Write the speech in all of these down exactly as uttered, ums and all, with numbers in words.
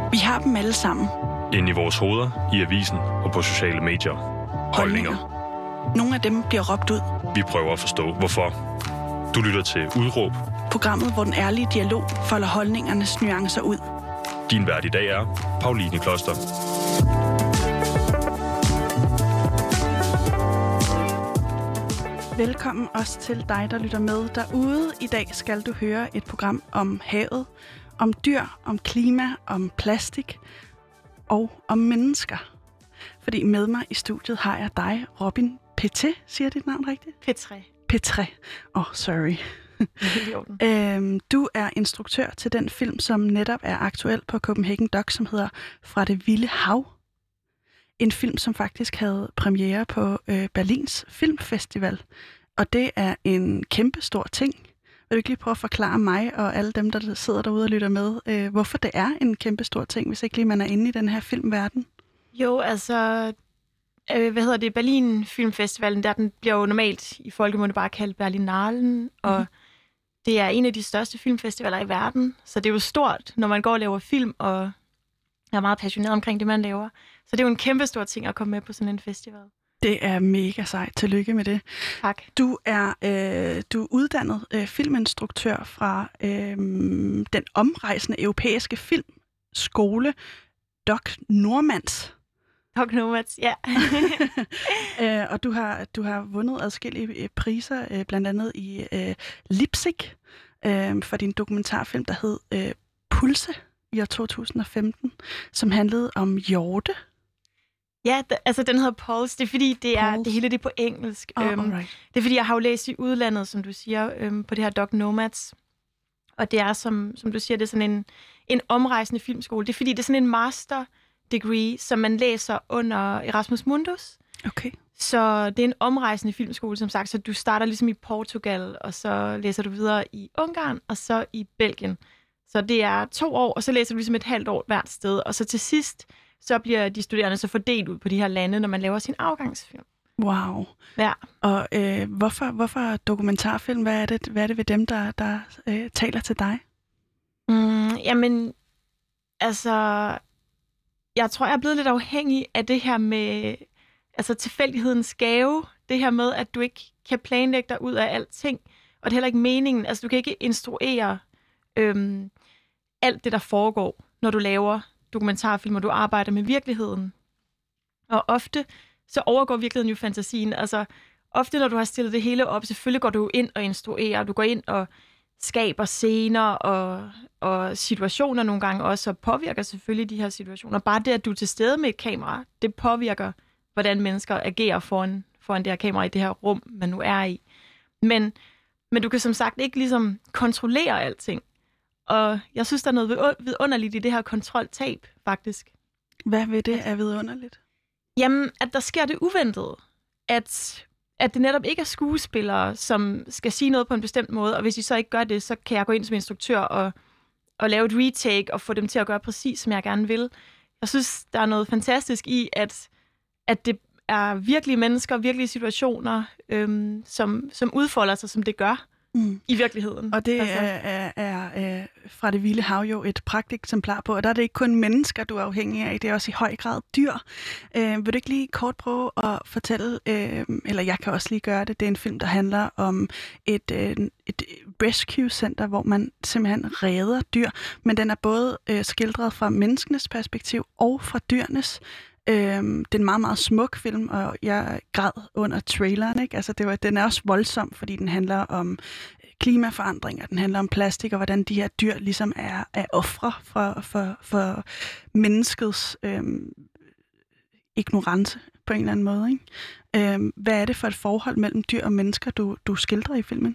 Vi har dem alle sammen. Inde i vores hoveder, i avisen og på sociale medier. Holdninger. Holdninger. Nogle af dem bliver råbt ud. Vi prøver at forstå, hvorfor. Du lytter til Udråb. Programmet, hvor den ærlige dialog folder holdningernes nuancer ud. Din vært i dag er Pauline Kloster. Velkommen også til dig, der lytter med derude. I dag skal du høre et program om havet, om dyr, om klima, om plastik og om mennesker. Fordi med mig i studiet har jeg dig, Robin Petre. Siger dit navn rigtigt? Petre. Petre. Åh, oh, sorry. øhm, du er instruktør til den film, som netop er aktuel på Copenhagen Docs, som hedder Fra det vilde hav. En film, som faktisk havde premiere på øh, Berlins Filmfestival. Og det er en kæmpe stor ting. Vil du ikke lige prøve at forklare mig og alle dem, der sidder derude og lytter med, øh, hvorfor det er en kæmpe stor ting, hvis ikke lige man er inde i den her filmverden? Jo, altså, øh, hvad hedder det, Berlin Filmfestivalen, der den bliver jo normalt i folkemunde bare kaldt Berlinalen, og mm. det er en af de største filmfestivaler i verden, så det er jo stort, når man går og laver film, og er meget passioneret omkring det, man laver. Så det er jo en kæmpe stor ting at komme med på sådan en festival. Det er mega sejt. Tillykke med det. Tak. Du er, øh, du er uddannet øh, filminstruktør fra øh, den omrejsende europæiske filmskole, Doc Nordmands. Doc Nordmands, ja. øh, og du har, du har vundet adskillige priser, øh, blandt andet i øh, Leipzig, øh, for din dokumentarfilm, der hed øh, Pulse i år to tusind og femten, som handlede om hjorte. Ja, d- altså den hedder Pulse. Det er fordi, det, er, det hele det er på engelsk. Oh, øhm, right. Det er fordi, jeg har jo læst i udlandet, som du siger, øhm, på det her Doc Nomads. Og det er, som, som du siger, det er sådan en, en omrejsende filmskole. Det er fordi, det er sådan en master degree, som man læser under Erasmus Mundus. Okay. Så det er en omrejsende filmskole, som sagt. Så du starter ligesom i Portugal, og så læser du videre i Ungarn, og så i Belgien. Så det er to år, og så læser du ligesom et halvt år hvert sted. Og så til sidst, så bliver de studerende så fordelt ud på de her lande, når man laver sin afgangsfilm. Wow. Ja. Og øh, hvorfor, hvorfor dokumentarfilm? Hvad er det, hvad er det ved dem, der, der øh, taler til dig? Mm, jamen, altså, jeg tror, jeg er blevet lidt afhængig af det her med altså tilfældighedens gave. Det her med, at du ikke kan planlægge dig ud af alting. Og det er heller ikke meningen. Altså, du kan ikke instruere øhm, alt det, der foregår, når du laver dokumentarfilm, og du arbejder med virkeligheden. Og ofte, så overgår virkeligheden jo fantasien. Altså, ofte, når du har stillet det hele op, selvfølgelig går du ind og instruerer. Du går ind og skaber scener og, og situationer nogle gange også, og påvirker selvfølgelig de her situationer. Bare det, at du er til stede med et kamera, det påvirker, hvordan mennesker agerer foran, foran det her kamera i det her rum, man nu er i. Men, men du kan som sagt ikke ligesom kontrollere alting. Og jeg synes, der er noget vidunderligt i det her kontroltab, faktisk. Hvad ved det er vidunderligt? Jamen, at der sker det uventede. At, at det netop ikke er skuespillere, som skal sige noget på en bestemt måde, og hvis de så ikke gør det, så kan jeg gå ind som instruktør og, og lave et retake og få dem til at gøre præcis, som jeg gerne vil. Jeg synes, der er noget fantastisk i, at, at det er virkelige mennesker, virkelige situationer, øhm, som, som udfolder sig, som det gør. Mm. I virkeligheden. Og det altså. er, er, er Fra det vilde hav jo et pragteksemplar på, og der er det ikke kun mennesker, du er afhængig af, det er også i høj grad dyr. Øh, vil du ikke lige kort prøve at fortælle, øh, eller jeg kan også lige gøre det, det er en film, der handler om et, øh, et rescue center, hvor man simpelthen redder dyr, men den er både øh, skildret fra menneskenes perspektiv og fra dyrenes. Øhm, det er en meget, meget smuk film, og jeg græd under traileren, ikke? Altså, det var, den er også voldsom, fordi den handler om klimaforandringer, den handler om plastik, og hvordan de her dyr ligesom er, er ofre for, for, for menneskets øhm, ignorance på en eller anden måde, ikke? Øhm, hvad er det for et forhold mellem dyr og mennesker, du, du skildrer i filmen?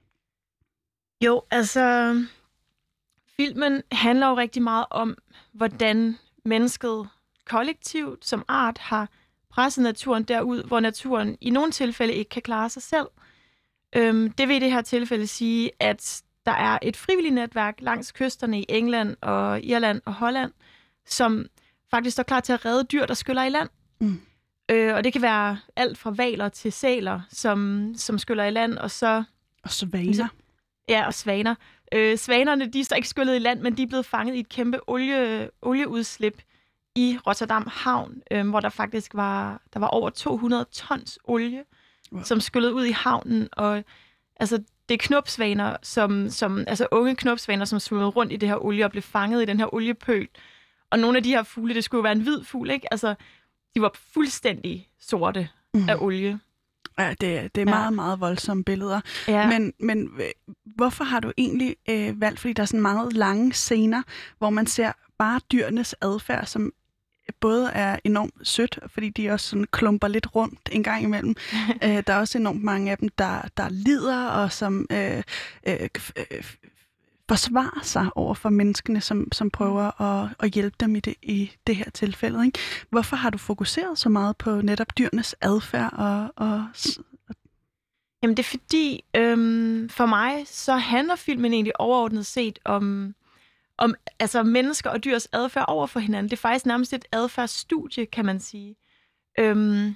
Jo, altså, filmen handler jo rigtig meget om, hvordan mennesket kollektivt som art har presset naturen derud, hvor naturen i nogle tilfælde ikke kan klare sig selv. Øhm, det vil i det her tilfælde sige, at der er et frivilligt netværk langs kysterne i England og Irland og Holland, som faktisk står klar til at redde dyr, der skyller i land. Mm. Øh, og det kan være alt fra hvaler til sæler, som, som skyller i land, og så... Og svaner. Ja, og svaner. Øh, svanerne, de er så ikke skyllet i land, men de er blevet fanget i et kæmpe olie, olieudslip i Rotterdam Havn, øh, hvor der faktisk var, der var over to hundrede tons olie, wow. som skyllede ud i havnen. Og altså, det er knopsvaner, som, som, altså unge knopsvaner, som svømmede rundt i det her olie og blev fanget i den her oliepøl. Og nogle af de her fugle, det skulle jo være en hvid fugl, ikke? Altså, de var fuldstændig sorte mm. af olie. Ja, det, det er meget, ja. meget voldsomme billeder. Ja. Men, men hvorfor har du egentlig øh, valgt, fordi der er sådan meget lange scener, hvor man ser bare dyrenes adfærd, som både er enormt sødt, fordi de også sådan klumper lidt rundt en gang imellem. øh, der er også enormt mange af dem, der, der lider, og som øh, øh, øh, forsvarer sig over for menneskene, som, som prøver at, at hjælpe dem i det, i det her tilfælde. Ikke? Hvorfor har du fokuseret så meget på netop dyrenes adfærd? Og, og... Jamen det er fordi, øhm, for mig, så handler filmen egentlig overordnet set om, om altså mennesker og dyrs adfærd over for hinanden. Det er faktisk nærmest et adfærdsstudie, kan man sige. Øhm,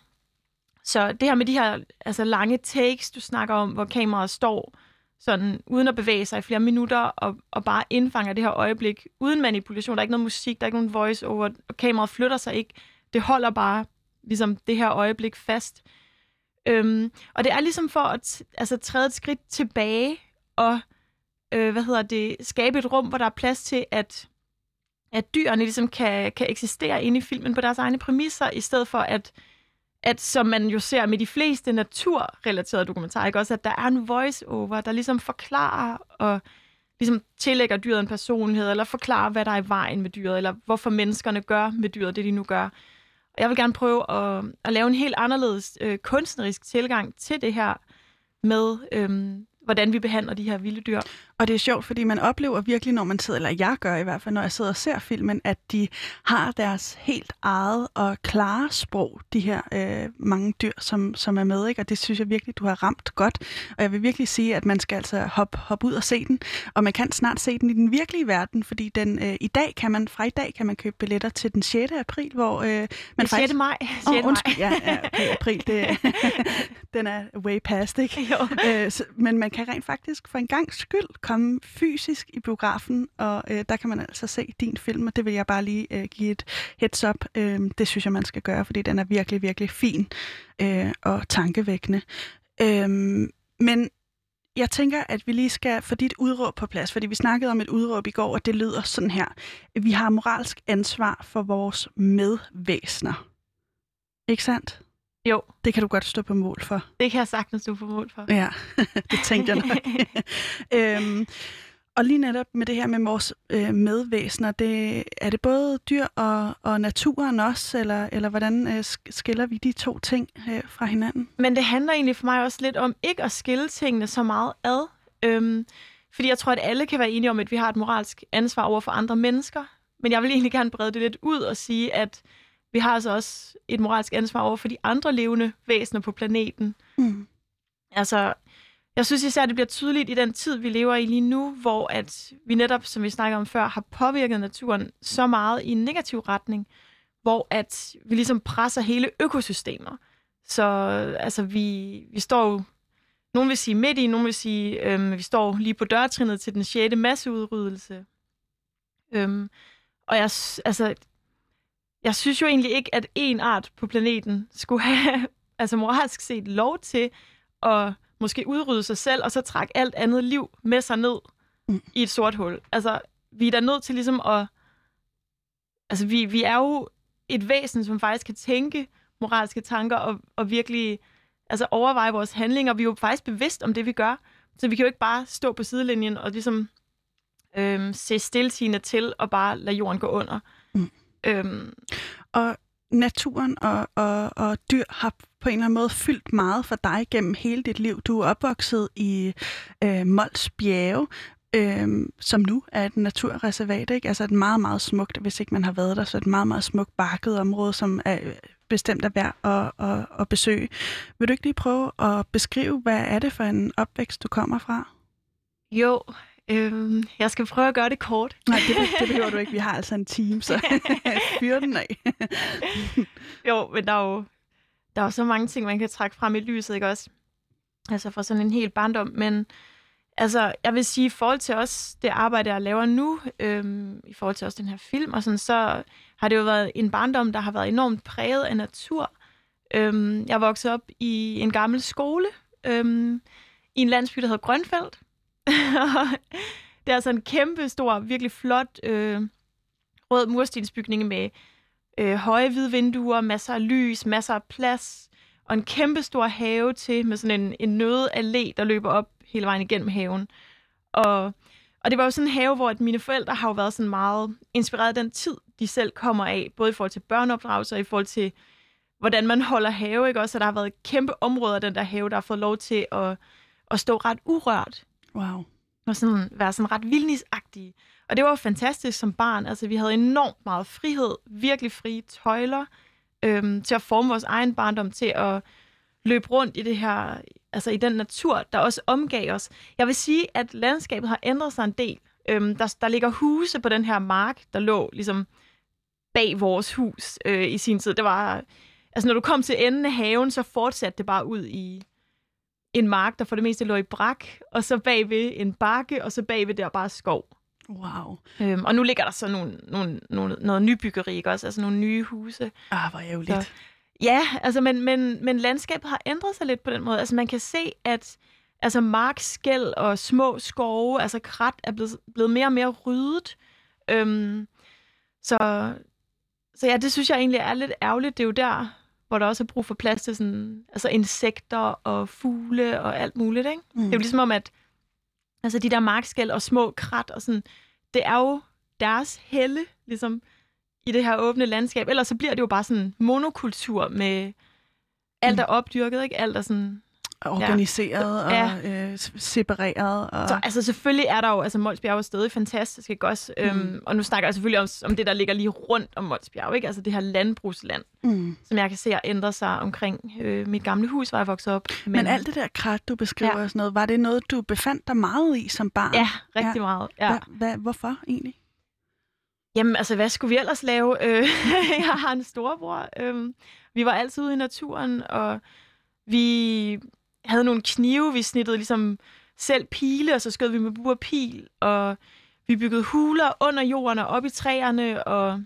så det her med de her altså lange takes, du snakker om, hvor kameraet står sådan uden at bevæge sig i flere minutter, og, og bare indfanger det her øjeblik, uden manipulation. Der er ikke noget musik, der er ikke nogen voice-over, og kameraet flytter sig ikke. Det holder bare ligesom det her øjeblik fast. Øhm, og det er ligesom for at altså, træde et skridt tilbage, og øh, hvad hedder det, skabe et rum, hvor der er plads til, at, at dyrene ligesom kan, kan eksistere inde i filmen på deres egne præmisser, i stedet for at at som man jo ser med de fleste naturrelaterede dokumentarer, ikke? Også at der er en voice-over, der ligesom forklarer og ligesom tillægger dyret en personlighed, eller forklarer, hvad der er i vejen med dyret, eller hvorfor menneskerne gør med dyret det, de nu gør. Og jeg vil gerne prøve at, at lave en helt anderledes øh, kunstnerisk tilgang til det her med, øh, hvordan vi behandler de her vilde dyr. Og det er sjovt, fordi man oplever virkelig, når man sidder, eller jeg gør i hvert fald, når jeg sidder og ser filmen, at de har deres helt eget og klare sprog, de her øh, mange dyr, som, som er med, ikke? Og det synes jeg virkelig, du har ramt godt. Og jeg vil virkelig sige, at man skal altså hoppe, hoppe ud og se den, og man kan snart se den i den virkelige verden, fordi den, øh, i dag kan man, fra i dag kan man købe billetter til den sjette april, hvor øh, man faktisk... sjette maj. Åh, oh, undskyld, ja, ja, okay, april, det, den er way past, ikke? Jo. Øh, så, men man kan rent faktisk for en gang skyld komme fysisk i biografen, og øh, der kan man altså se din film, og det vil jeg bare lige øh, give et heads up. Øh, det synes jeg, man skal gøre, fordi den er virkelig, virkelig fin øh, og tankevækkende. Øh, men jeg tænker, at vi lige skal få dit udråb på plads, fordi vi snakkede om et udråb i går, og det lyder sådan her. Vi har moralsk ansvar for vores medvæsener. Ikke sandt? Jo. Det kan du godt stå på mål for. Det kan jeg sagtens stå på mål for. Ja, det tænkte jeg nok. øhm, og lige netop med det her med vores øh, medvæsener, det, er det både dyr og, og naturen også, eller, eller hvordan øh, skiller vi de to ting øh, fra hinanden? Men det handler egentlig for mig også lidt om ikke at skille tingene så meget ad. Øhm, fordi jeg tror, at alle kan være enige om, at vi har et moralsk ansvar over for andre mennesker. Men jeg vil egentlig gerne brede det lidt ud og sige, at vi har altså også et moralsk ansvar over for de andre levende væsener på planeten. Mm. Altså, jeg synes især, det bliver tydeligt i den tid, vi lever i lige nu, hvor at vi netop, som vi snakkede om før, har påvirket naturen så meget i en negativ retning, hvor at vi ligesom presser hele økosystemer. Så altså, vi, vi står jo, nogen vil sige midt i, nogen vil sige, øhm, vi står lige på dørtrinnet til den sjette masseudryddelse. Øhm, og jeg, altså... Jeg synes jo egentlig ikke, at en art på planeten skulle have altså moralsk set lov til at måske udrydde sig selv, og så trække alt andet liv med sig ned mm. i et sort hul. Altså, vi er da nødt til ligesom at... Altså, vi, vi er jo et væsen, som faktisk kan tænke moralske tanker og, og virkelig altså, overveje vores handlinger. Vi er jo faktisk bevidst om det, vi gør. Så vi kan jo ikke bare stå på sidelinjen og ligesom øhm, se stiltigende til og bare lade jorden gå under. Mm. Øhm. Og naturen og, og, og dyr har på en eller anden måde fyldt meget for dig gennem hele dit liv. Du er opvokset i øh, Mols Bjerge, øh, som nu er et naturreservat, ikke? Altså et meget, meget smukt, hvis ikke man har været der, så et meget, meget smukt bakket område, som er bestemt er værd at, at, at besøge. Vil du ikke lige prøve at beskrive, hvad er det for en opvækst, du kommer fra? Jo, Øhm, jeg skal prøve at gøre det kort. Nej, det, det behøver du ikke. Vi har altså en team, så fyr den af. Jo, men der er jo, der er jo så mange ting, man kan trække frem i lyset, ikke også? Altså fra sådan en hel barndom. Men Altså, jeg vil sige, i forhold til også det arbejde, jeg laver nu, øhm, i forhold til også den her film, og sådan, så har det jo været en barndom, der har været enormt præget af natur. Øhm, jeg voksede op i en gammel skole, øhm, i en landsby, der hedder Grønfeldt. Det er altså en kæmpe stor, virkelig flot øh, rød murstensbygning med øh, høje hvide vinduer, masser af lys, masser af plads, og en kæmpe stor have til med sådan en, en nøddeallé, der løber op hele vejen igennem haven. Og, og det var jo sådan en have, hvor at mine forældre har jo været sådan meget inspireret af den tid, de selv kommer af, både i forhold til børneopdragelse og i forhold til, hvordan man holder have, ikke også? Så der har været et kæmpe område af den der have, der har fået lov til at, at stå ret urørt. Wow. Og sådan være sådan ret vildnisagtige. Og det var jo fantastisk som barn. Altså, vi havde enormt meget frihed, virkelig frie tøjler, øhm, til at forme vores egen barndom, til at løbe rundt i det her, altså i den natur, der også omgav os. Jeg vil sige, at landskabet har ændret sig en del. Øhm, der, der ligger huse på den her mark, der lå ligesom bag vores hus øh, i sin tid. Det var, altså når du kom til enden af haven, så fortsatte det bare ud i en mark, der for det meste lå i brak, og så bagved en bakke, og så bagved der bare skov. Wow. Øhm, og nu ligger der så nogle, nogle, nogle, noget nybyggeri, ikke også? Altså nogle nye huse. Ah, hvor ærgerligt. Så, ja, altså, men, men, men landskabet har ændret sig lidt på den måde. Altså man kan se, at altså, markskel og små skove, altså krat, er blevet, blevet mere og mere ryddet. Øhm, så, så ja, det synes jeg egentlig er lidt ærgerligt. Det er jo der, hvor der også er brug for plads til sådan, altså insekter og fugle og alt muligt, ikke? Mm. Det er jo ligesom om, at altså de der markskel og små krat og sådan, det er jo deres helle, ligesom i det her åbne landskab. Ellers så bliver det jo bare sådan monokultur med alt er opdyrket, ikke? Alt er sådan organiseret ja. og øh, separeret. Og... Så altså selvfølgelig er der jo, altså Mols Bjerge er stadig fantastisk, ikke også? Mm. Øhm, og nu snakker jeg selvfølgelig om, om det, der ligger lige rundt om Mols Bjerge, ikke? Altså det her landbrugsland, mm. som jeg kan se at ændre sig omkring øh, mit gamle hus, hvor jeg voksede op. Men, Men alt det der krat, du beskriver ja. og sådan noget, var det noget, du befandt dig meget i som barn? Ja, rigtig ja. meget. Ja. Hva, hva, hvorfor egentlig? Jamen, altså, hvad skulle vi ellers lave? Jeg har en storebror. Øhm, vi var altid ude i naturen, og vi havde nogle knive, vi snittede ligesom selv pile, og så skød vi med bur og pil, og vi byggede huler under jorden og op i træerne, og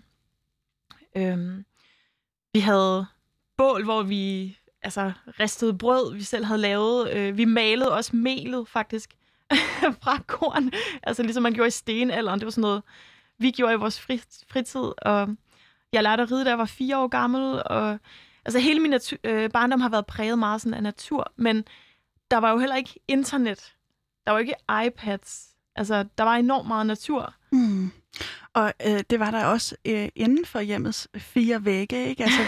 øhm, vi havde bål, hvor vi altså ristede brød, vi selv havde lavet. Øh, vi malede også melet, faktisk, fra korn, altså ligesom man gjorde i stenalderen. Det var sådan noget, vi gjorde i vores fritid, og jeg lærte at ride, da jeg var fire år gammel, og altså hele min natu- øh, barndom har været præget meget sådan af natur, men der var jo heller ikke internet. Der var ikke iPads. Altså, der var enormt meget natur. Mm. Og øh, det var der også øh, inden for hjemmets fire vægge, ikke? Altså,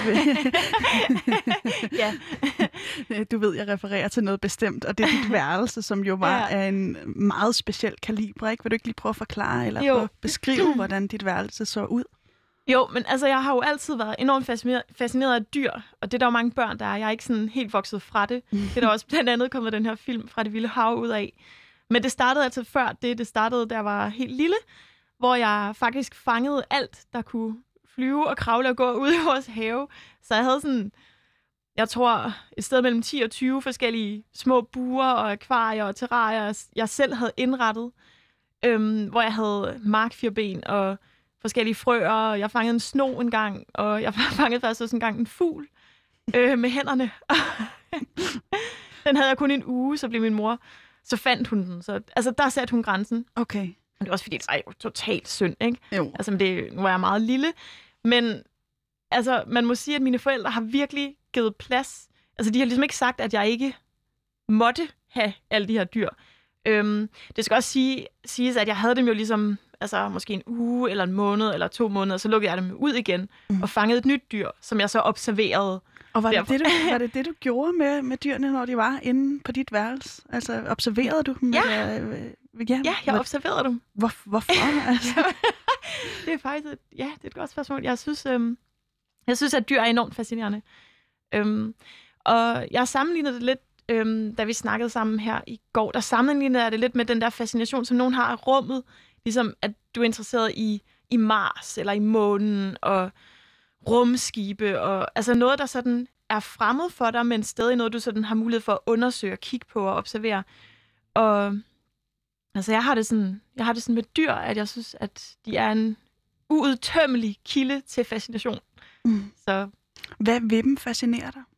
ja. Du ved, jeg refererer til noget bestemt, og det er dit værelse, som jo var ja. af en meget speciel kaliber, ikke? Vil du ikke lige prøve at forklare eller prøve at beskrive, hvordan dit værelse så ud? Jo, men altså, jeg har jo altid været enormt fascineret, fascineret af dyr, og det er der jo mange børn, der er. Jeg er ikke sådan helt vokset fra det. Det er der også blandt andet kommet den her film Fra det vilde hav ud af. Men det startede altså før det. Det startede, da jeg var helt lille, hvor jeg faktisk fangede alt, der kunne flyve og kravle og gå ud i vores have. Så jeg havde sådan, jeg tror, et sted mellem ti og tyve forskellige små buer og akvarier og terrarier, jeg selv havde indrettet, øhm, hvor jeg havde markfirben og forskellige frøer, og jeg fangede en sno en gang, og jeg fangede faktisk også en gang en fugl øh, med hænderne. Den havde jeg kun en uge, så blev min mor, så fandt hun den. Så, altså, der satte hun grænsen. Okay. Men det er også fordi, det er jo totalt synd, ikke? Jo. Altså, det, nu var jeg meget lille, men altså, man må sige, at mine forældre har virkelig givet plads. Altså, de har ligesom ikke sagt, at jeg ikke måtte have alle de her dyr. Øhm, det skal også sige, siges, at jeg havde dem jo ligesom, altså måske en uge, eller en måned, eller to måneder, så lukkede jeg dem ud igen, mm. og fangede et nyt dyr, som jeg så observerede. Og var det, det, du, var det det, du gjorde med, med dyrene, når de var inde på dit værelse? Altså, observerede du dem? Ja, eller, øh, ja, ja jeg hvor, observerede dem. Hvor, hvorfor? Altså? Det er faktisk et, ja, det er et godt spørgsmål. Jeg synes, øhm, jeg synes, at dyr er enormt fascinerende. Øhm, og jeg sammenlignede det lidt, øhm, da vi snakkede sammen her i går, der sammenlignede jeg det lidt med den der fascination, som nogen har af rummet. Ligesom, at du er interesseret i, i Mars, eller i månen, og rumskibe, og altså noget, der sådan er fremmed for dig, men stadig noget, du sådan har mulighed for at undersøge, kigge på og observere. Og Altså, jeg har det sådan, jeg har det sådan med dyr, at jeg synes, at de er en uudtømmelig kilde til fascination. Mm. Så Hvad ved dem fascinerer dig?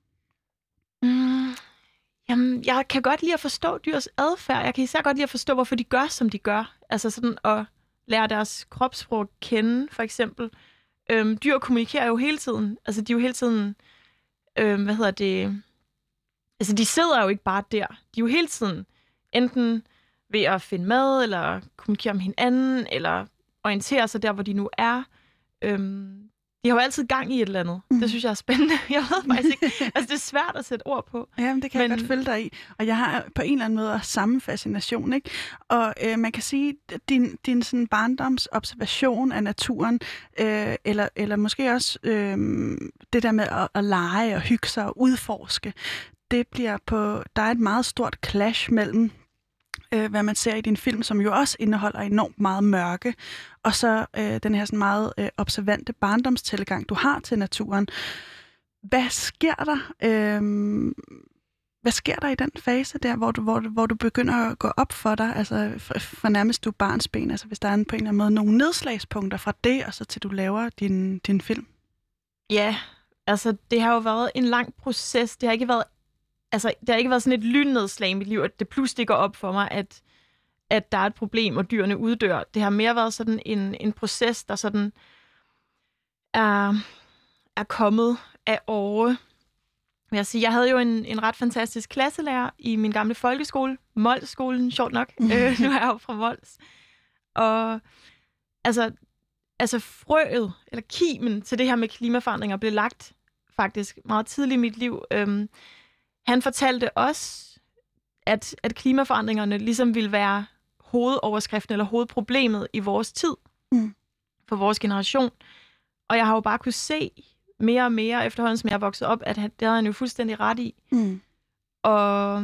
mm, jamen, jeg kan godt lide at forstå dyrs adfærd. Jeg kan især godt lide at forstå, hvorfor de gør, som de gør. Altså sådan at lære deres kropssprog at kende, for eksempel. Øhm, dyr kommunikerer jo hele tiden. Altså, de er jo hele tiden... Øhm, hvad hedder det... Altså, de sidder jo ikke bare der. De er jo hele tiden enten ved at finde mad, eller kommunikere med hinanden, eller orientere sig der, hvor de nu er. Øhm, de har jo altid gang i et eller andet. Mm. Det synes jeg er spændende. Jeg ved faktisk ikke. Altså, det er svært at sætte ord på. Jamen, det kan Men... jeg godt følge dig i. Og jeg har på en eller anden måde også samme fascination, ikke? Og øh, man kan sige, at din, din sådan barndomsobservation af naturen, øh, eller, eller måske også øh, det der med at, at lege og hygge sig og udforske, det bliver på... Der er et meget stort clash mellem øh, hvad man ser i din film, som jo også indeholder enormt meget mørke, og så øh, den her sådan meget øh, observante barndomstilgang, du har til naturen. Hvad sker der? Øh, hvad sker der i den fase der, hvor du, hvor, du, hvor du begynder at gå op for dig, altså for, for nærmest du barnsben, altså hvis der er en, på en eller anden måde nogle nedslagspunkter fra det, og så til du laver din, din film? Ja, altså det har jo været en lang proces. Det har ikke været Altså, det har ikke været sådan et lynnedslag i mit liv, at det pludselig går op for mig, at, at der er et problem, og dyrene uddør. Det har mere været sådan en, en proces, der sådan er, er kommet af åre. Jeg, sige, jeg havde jo en, en ret fantastisk klasselærer i min gamle folkeskole, Mols-skolen, sjovt nok. Mm. Øh, nu er jeg jo fra Mols. Og altså, altså frøet, eller kimen til det her med klimaforandringer, blev lagt faktisk meget tidligt i mit liv. Øhm, Han fortalte også, at, at klimaforandringerne ligesom ville være hovedoverskriften eller hovedproblemet i vores tid, mm. for vores generation. Og jeg har jo bare kunne se mere og mere efterhånden, som jeg er vokset op, at det havde han jo fuldstændig ret i. Mm. Og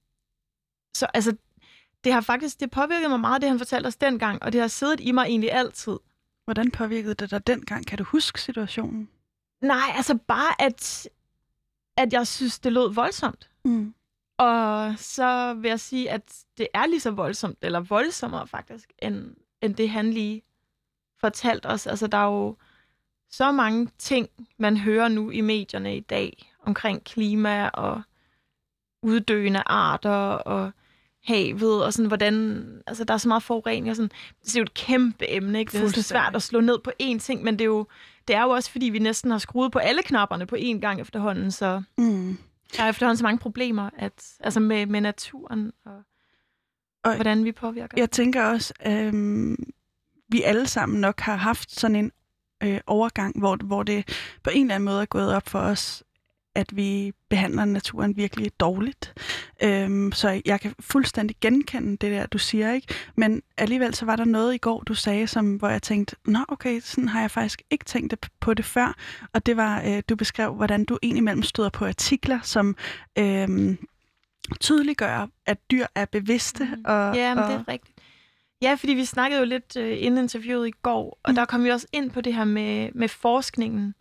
så altså, det har faktisk det påvirket mig meget, det han fortalte os dengang, og det har siddet i mig egentlig altid. Hvordan påvirkede det dig dengang? Kan du huske situationen? Nej, altså bare at... at jeg synes, det lød voldsomt. Mm. Og så vil jeg sige, at det er lige så voldsomt, eller voldsommere faktisk, end, end det han lige fortalte os. Altså, der er jo så mange ting, man hører nu i medierne i dag, omkring klima og uddøende arter og havet, og sådan, hvordan... Altså, der er så meget forurening, og sådan... Det er jo et kæmpe emne, ikke? Det er svært at slå ned på én ting, men det er jo... Det er jo også, fordi vi næsten har skruet på alle knapperne på én gang efterhånden, så mm. der er efterhånden så mange problemer at, altså med, med naturen og, og hvordan vi påvirker. Jeg tænker også, at øh, vi alle sammen nok har haft sådan en øh, overgang, hvor, hvor det på en eller anden måde er gået op for os, at vi behandler naturen virkelig dårligt. Øhm, så jeg kan fuldstændig genkende det der, du siger, ikke? Men alligevel så var der noget i går, du sagde, som, hvor jeg tænkte, nå okay, sådan har jeg faktisk ikke tænkt på det før. Og det var, øh, du beskrev, hvordan du indimellem støder på artikler, som øh, tydeliggør, at dyr er bevidste. Mm. Og, ja, men og... det er rigtigt. Ja, fordi vi snakkede jo lidt øh, inden interviewet i går, og mm. der kom vi også ind på det her med, med forskningen.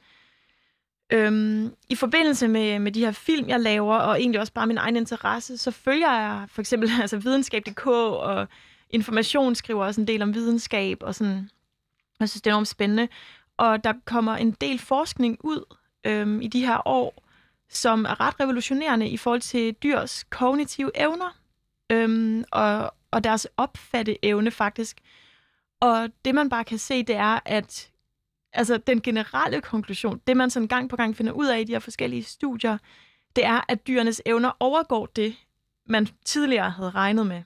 Øhm, I forbindelse med, med de her film, jeg laver, og egentlig også bare min egen interesse, så følger jeg for eksempel altså videnskab punktum d k, og Information skriver også en del om videnskab, og sådan, jeg synes, det er enormt spændende. Og der kommer en del forskning ud øhm, i de her år, som er ret revolutionerende i forhold til dyrs kognitive evner, øhm, og, og deres opfatteevne faktisk. Og det, man bare kan se, det er, at altså den generelle konklusion, det man sådan gang på gang finder ud af i de her forskellige studier, det er, at dyrenes evner overgår det, man tidligere havde regnet med.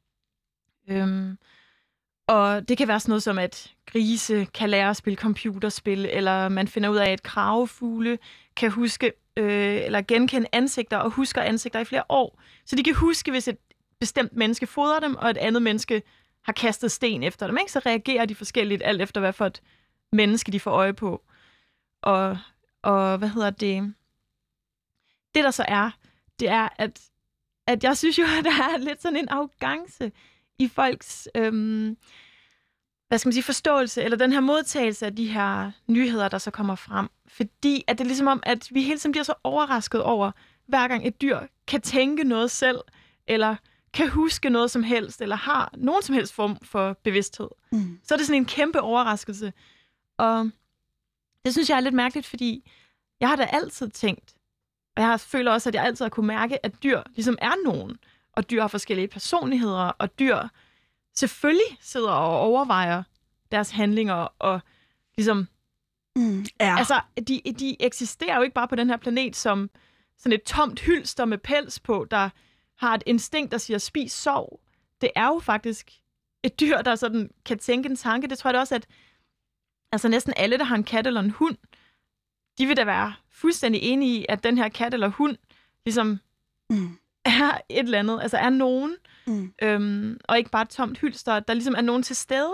Øhm, og det kan være sådan noget som, at grise kan lære at spille computerspil, eller man finder ud af, at kragefugle kan huske øh, eller genkende ansigter og husker ansigter i flere år. Så de kan huske, hvis et bestemt menneske fodrer dem, og et andet menneske har kastet sten efter dem, ikke? Så reagerer de forskelligt, alt efter hvad for et menneske de får øje på. Og, og hvad hedder det? Det der så er, det er, at, at jeg synes jo, at der er lidt sådan en arrogance i folks øhm, hvad skal man sige, forståelse, eller den her modtagelse af de her nyheder, der så kommer frem. Fordi at det er ligesom om, at vi hele tiden bliver så overrasket over, hver gang et dyr kan tænke noget selv, eller kan huske noget som helst, eller har nogen som helst form for bevidsthed. Mm. Så er det sådan en kæmpe overraskelse. Og det synes jeg er lidt mærkeligt, fordi jeg har da altid tænkt, og jeg føler også, at jeg altid har kunne mærke, at dyr ligesom er nogen, og dyr har forskellige personligheder, og dyr selvfølgelig sidder og overvejer deres handlinger, og ligesom, mm, ja. altså, de, de eksisterer jo ikke bare på den her planet som sådan et tomt hylster med pels på, der har et instinkt, der siger, spis, sov. Det er jo faktisk et dyr, der sådan kan tænke en tanke. Det tror jeg da også, at altså næsten alle, der har en kat eller en hund, de vil da være fuldstændig enige i, at den her kat eller hund ligesom mm. er et eller andet, altså er nogen, mm. øhm, og ikke bare et tomt hylster, der ligesom er nogen til stede.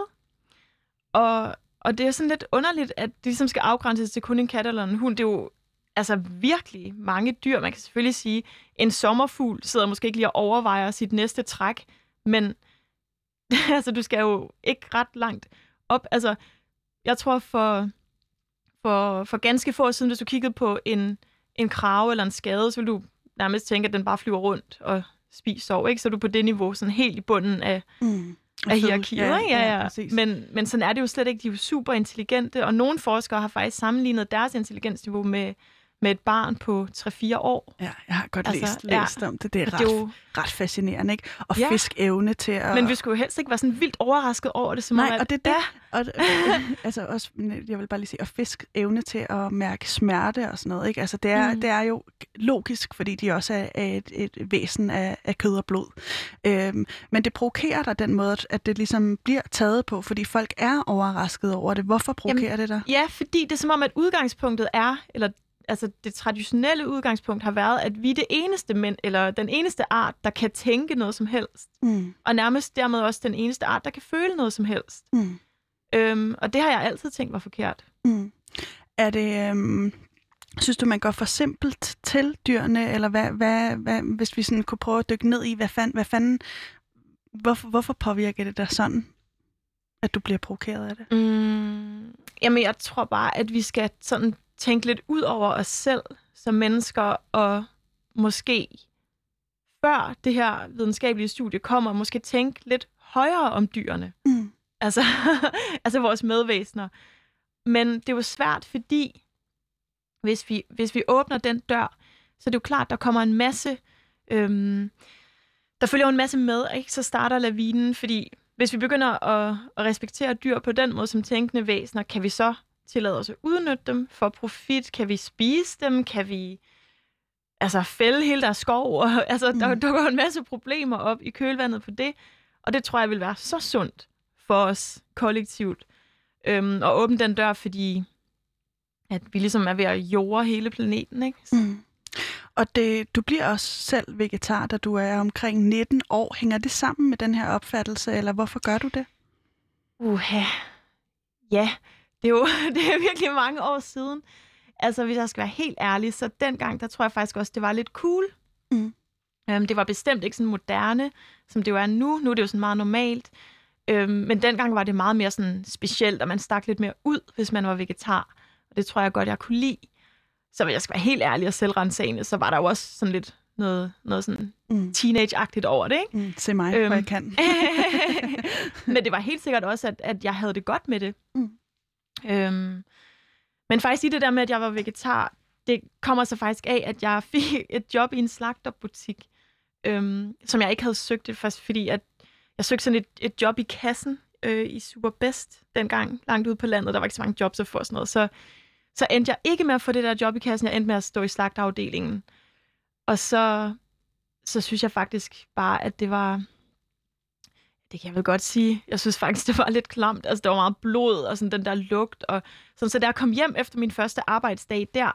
Og, og det er sådan lidt underligt, at det ligesom skal afgrænses til kun en kat eller en hund. Det er jo altså virkelig mange dyr. Man kan selvfølgelig sige, en sommerfugl sidder måske ikke lige og overvejer sit næste træk, men altså, du skal jo ikke ret langt op. Altså, jeg tror for, for, for ganske få år siden, hvis du kiggede på en, en krage eller en skade, så ville du nærmest tænke, at den bare flyver rundt og spiser sov, ikke? Så er du på det niveau, sådan helt i bunden af, mm. af hierarkiet. Ja, ja, ja. Men, men sådan er det jo slet ikke. De er jo super intelligente, og nogle forskere har faktisk sammenlignet deres intelligensniveau med med et barn på tre fire år. Ja, jeg har godt altså, læst, læst ja. om det. Det er ret, det er jo ret fascinerende, ikke? Og ja. fisk evne til at... Men vi skulle jo helst ikke være sådan vildt overrasket over det. Som Nej, om, at... og det er det. Og, øh, altså også, jeg vil bare lige sige, og fisk evne til at mærke smerte og sådan noget, ikke? Altså det er, mm. det er jo logisk, fordi de også er, er et, et væsen af, af kød og blod. Øhm, men det provokerer dig den måde, at det ligesom bliver taget på, fordi folk er overrasket over det. Hvorfor provokerer Jamen, det dig? Ja, fordi det er som om, at udgangspunktet er, eller altså det traditionelle udgangspunkt har været, at vi er det eneste mænd, eller den eneste art, der kan tænke noget som helst. Mm. Og nærmest dermed også den eneste art, der kan føle noget som helst. Mm. Øhm, og det har jeg altid tænkt var forkert. Mm. Er det, øhm, synes du, man går for simpelt til dyrene, eller hvad, hvad, hvad, hvis vi sådan kunne prøve at dykke ned i, hvad fanden, hvad fanden hvorfor, hvorfor påvirker det dig sådan, at du bliver provokeret af det? Mm. Jamen, jeg tror bare, at vi skal sådan tænke lidt ud over os selv som mennesker, og måske før det her videnskabelige studie kommer, måske tænke lidt højere om dyrene. Mm. Altså, altså vores medvæsener. Men det er jo svært, fordi hvis vi, hvis vi åbner den dør, så er det jo klart, der kommer en masse, øhm, der følger jo en masse med, ikke? Så starter lavinen, fordi hvis vi begynder at, at respektere dyr på den måde som tænkende væsener, kan vi så tillade os at udnytte dem for profit? Kan vi spise dem? Kan vi altså fælde hele deres skov? Og, altså, mm. der dukker en masse problemer op i kølvandet på det, og det tror jeg vil være så sundt for os kollektivt øhm, at åbne den dør, fordi at vi ligesom er ved at jorde hele planeten, ikke? Mm. Og det, du bliver også selv vegetar, da du er omkring nitten år. Hænger det sammen med den her opfattelse, eller hvorfor gør du det? Uha. Ja, det er jo det er virkelig mange år siden. Altså, hvis jeg skal være helt ærlig, så dengang, der tror jeg faktisk også, det var lidt cool. Mm. Um, det var bestemt ikke sådan moderne, som det jo er nu. Nu er det jo sådan meget normalt. Um, men dengang var det meget mere sådan specielt, og man stak lidt mere ud, hvis man var vegetar. Og det tror jeg godt, jeg kunne lide. Så hvis jeg skal være helt ærlig og selvrensagende, så var der jo også sådan lidt noget, noget sådan mm. teenage-agtigt over det, ikke? Mm, se mig, øhm. hvor jeg kan. Men det var helt sikkert også, at, at jeg havde det godt med det. Mm. Øhm, men faktisk i det der med, at jeg var vegetar, det kommer så faktisk af, at jeg fik et job i en slagterbutik, øhm, som jeg ikke havde søgt, det faktisk fordi, at jeg søgte sådan et, et job i kassen øh, i Superbest dengang, langt ude på landet. Der var ikke så mange jobs at få sådan noget, så Så endte jeg ikke med at få det der job i kassen. Jeg endte med at stå i slagterafdelingen. Og så, så synes jeg faktisk bare, at det var... Det kan jeg vel godt sige. Jeg synes faktisk, det var lidt klamt. Altså, der var meget blod og sådan den der lugt. Og sådan, så da jeg kom hjem efter min første arbejdsdag der,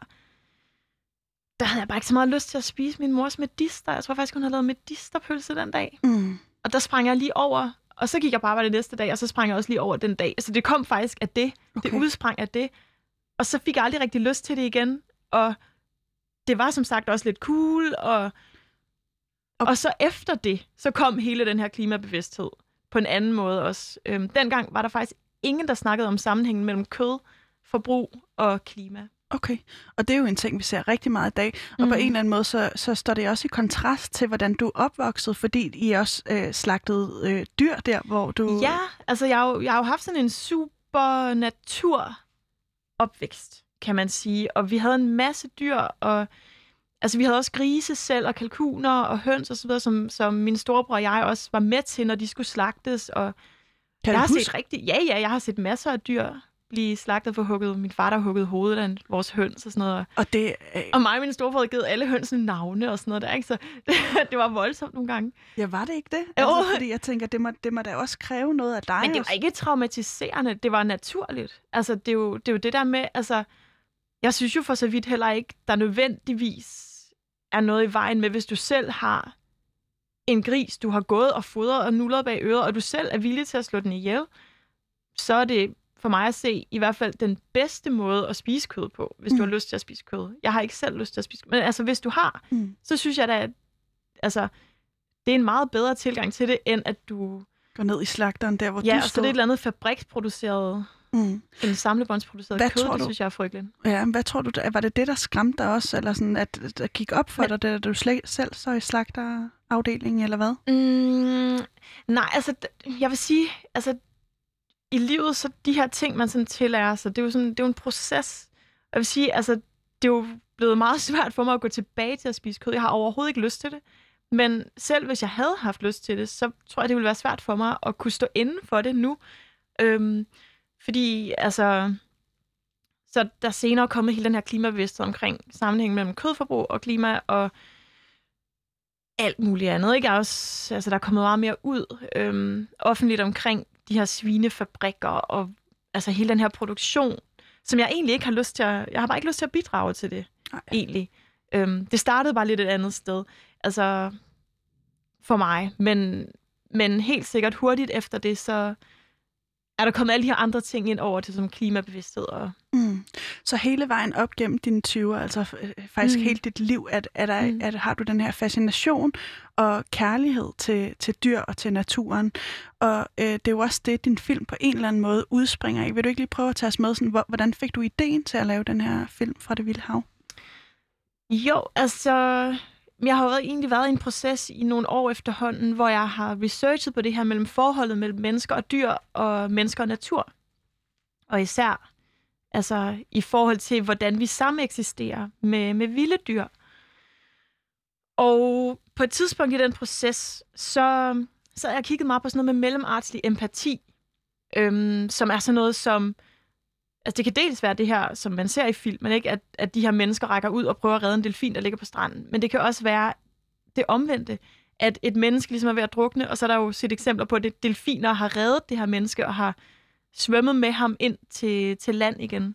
der havde jeg bare ikke så meget lyst til at spise min mors medister. Jeg tror faktisk, hun havde lavet medisterpølse den dag. Mm. Og der sprang jeg lige over. Og så gik jeg på arbejde næste dag, og så sprang jeg også lige over den dag. Så det kom faktisk af det. Okay. Det udsprang af det. Og så fik jeg aldrig rigtig lyst til det igen. Og det var som sagt også lidt cool. Og, og, og så efter det, så kom hele den her klimabevidsthed på en anden måde også. Øhm, dengang var der faktisk ingen, der snakkede om sammenhængen mellem kød, forbrug og klima. Okay, og det er jo en ting, vi ser rigtig meget i dag. Og Mhm. på en eller anden måde, så, så står det også i kontrast til, hvordan du er opvokset, fordi I også øh, slagtede øh, dyr der, hvor du... Ja, altså jeg har, jo, jeg har jo haft sådan en super naturopvækst, kan man sige. Og vi havde en masse dyr, og altså vi havde også grise selv, og kalkuner og høns og så videre, som, som min storebror og jeg også var med til, når de skulle slagtes. Og Kan jeg du har huske? set rigtig, ja, ja, jeg har set masser af dyr blive slagtet for hugget. Min far der har hugget hovedet af vores høns og sådan noget. Og det... Øh, Og mig og min storebror havde givet alle hønsene navne og sådan noget der, ikke? Så det, det var voldsomt nogle gange. ja, var det ikke det? Jo. Altså, fordi jeg tænker, det må, det må da også kræve noget af dig. Men det også. var ikke traumatiserende, det var naturligt. Altså, det er jo det, er jo det der med, altså, jeg synes jo for så vidt heller ikke, der nødvendigvis er noget i vejen med, hvis du selv har en gris, du har gået og fodret og nullet bag øret, og du selv er villig til at slå den ihjel, så er det for mig at se i hvert fald den bedste måde at spise kød på, hvis mm. du har lyst til at spise kød. Jeg har ikke selv lyst til at spise kød, men altså, hvis du har, Mm. så synes jeg da, at altså, det er en meget bedre tilgang til det, end at du... Gå ned i slagteren, der hvor Ja, du og så stod. er det et eller andet fabriksproduceret, Mm. en samlebåndsproduceret Hvad kød, tror det du? synes jeg er frygteligt. Ja, hvad tror du, der- var det det, der skræmte dig også? Eller sådan, at der gik op for Men- dig, da du slet, selv så i slagterafdelingen, eller hvad? Mm, nej, altså, d- jeg vil sige, altså, i livet, så de her ting, man sådan tillærer sig, det er jo sådan, det er jo en proces. Jeg vil sige, altså, det er jo blevet meget svært for mig at gå tilbage til at spise kød. Jeg har overhovedet ikke lyst til det. Men selv hvis jeg havde haft lyst til det, så tror jeg, det ville være svært for mig at kunne stå inden for det nu. Øhm, fordi, altså, så der er senere kommet hele den her klimabevidsthed omkring sammenhængen mellem kødforbrug og klima og alt muligt andet. Ikke? Jeg er også, altså, der er kommet meget mere ud øhm, offentligt omkring de her svinefabrikker og altså hele den her produktion, som jeg egentlig ikke har lyst til at... Jeg har bare ikke lyst til at bidrage til det, Nej. egentlig. Øhm, det startede bare lidt et andet sted. Altså, for mig. Men, men helt sikkert hurtigt efter det, så er der kommet alle de her andre ting ind over til som klimabevidsthed. Og... Mm. Så hele vejen op gennem dine tyvere, altså øh, faktisk Mm. hele dit liv, at, at, der, Mm. at har du den her fascination og kærlighed til, til dyr og til naturen. Og øh, det er jo også det, din film på en eller anden måde udspringer i. Vil du ikke lige prøve at tage os med, sådan, hvor, hvordan fik du ideen til at lave den her film fra Det Vilde Hav? Jo, altså... Jeg har jo egentlig været i en proces i nogle år efterhånden, hvor jeg har researchet på det her mellem forholdet mellem mennesker og dyr og mennesker og natur. Og især altså, i forhold til, hvordan vi sameksisterer med, med vilde dyr. Og på et tidspunkt i den proces, så, så har jeg kigget meget på sådan noget med mellemartslig empati, øhm, som er sådan noget som... Altså det kan dels være det her, som man ser i filmen, ikke? At, at de her mennesker rækker ud og prøver at redde en delfin, der ligger på stranden. Men det kan også være det omvendte, at et menneske ligesom er ved at drukne, og så er der jo set eksempler på, at delfiner har reddet det her menneske og har svømmet med ham ind til, til land igen.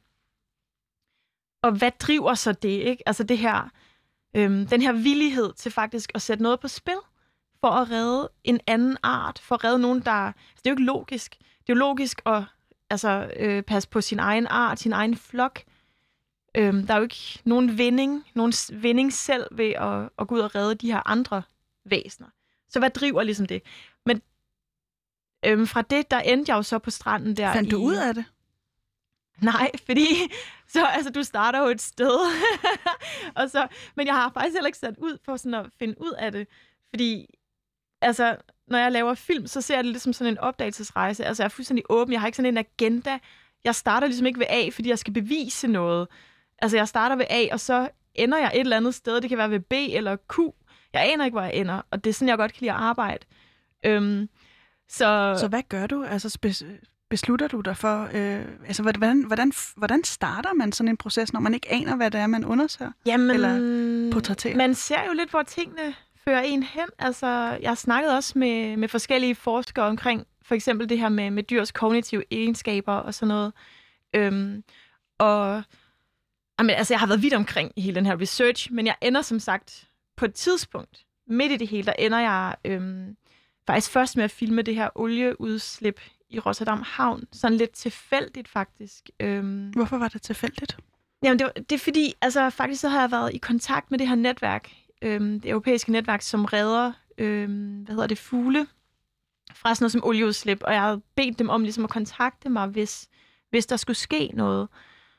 Og hvad driver så det, ikke? Altså det her, øhm, den her villighed til faktisk at sætte noget på spil for at redde en anden art, for at redde nogen, der... Altså det er jo ikke logisk. Det er jo logisk at altså, øh, passe på sin egen art, sin egen flok. Øhm, der er jo ikke nogen vinding, nogen vinding selv ved at, at gå ud og redde de her andre væsener. Så hvad driver ligesom det? Men øhm, fra det, der endte jeg jo så på stranden der. Fandt du i... ud af det? Nej, fordi så, altså, du starter jo et sted. og så, men jeg har faktisk heller ikke sat ud for sådan at finde ud af det. Fordi altså, når jeg laver film, så ser jeg det lidt som sådan en opdagelsesrejse. Altså, jeg er fuldstændig åben. Jeg har ikke sådan en agenda. Jeg starter ligesom ikke ved A, fordi jeg skal bevise noget. Altså, jeg starter ved A, og så ender jeg et eller andet sted. Det kan være ved B eller Q. Jeg aner ikke, hvor jeg ender, og det er sådan, jeg godt kan lide at arbejde. Øhm, så... Så hvad gør du? Altså, bes- beslutter du dig for... Øh, altså, hvordan, hvordan, hvordan starter man sådan en proces, når man ikke aner, hvad det er, man undersøger? Jamen, Eller portrætterer? Man ser jo lidt, hvor tingene fører en hen. Altså, jeg har snakket også med, med forskellige forskere omkring for eksempel det her med, med dyrs kognitive egenskaber og sådan noget. Øhm, og jamen, altså, jeg har været vidt omkring i hele den her research, men jeg ender som sagt på et tidspunkt, midt i det hele, der ender jeg øhm, faktisk først med at filme det her olieudslip i Rotterdam Havn. Sådan lidt tilfældigt faktisk. Øhm, Hvorfor var det tilfældigt? Jamen, det, var, det er fordi, altså faktisk så har jeg været i kontakt med det her netværk, øhm, det europæiske netværk, som redder, øhm, hvad hedder det, fugle fra sådan noget som olieudslip, og jeg havde bedt dem om ligesom at kontakte mig, hvis, hvis der skulle ske noget.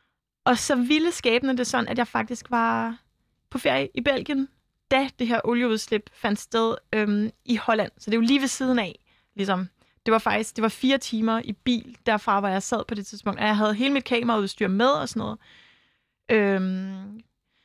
Og så ville skæbnen det sådan, at jeg faktisk var på ferie i Belgien, da det her olieudslip fandt sted øhm, i Holland. Så det er jo lige ved siden af, ligesom. Det var faktisk det var fire timer i bil derfra, hvor jeg sad på det tidspunkt. Og jeg havde hele mit kameraudstyr med og sådan noget. Øhm,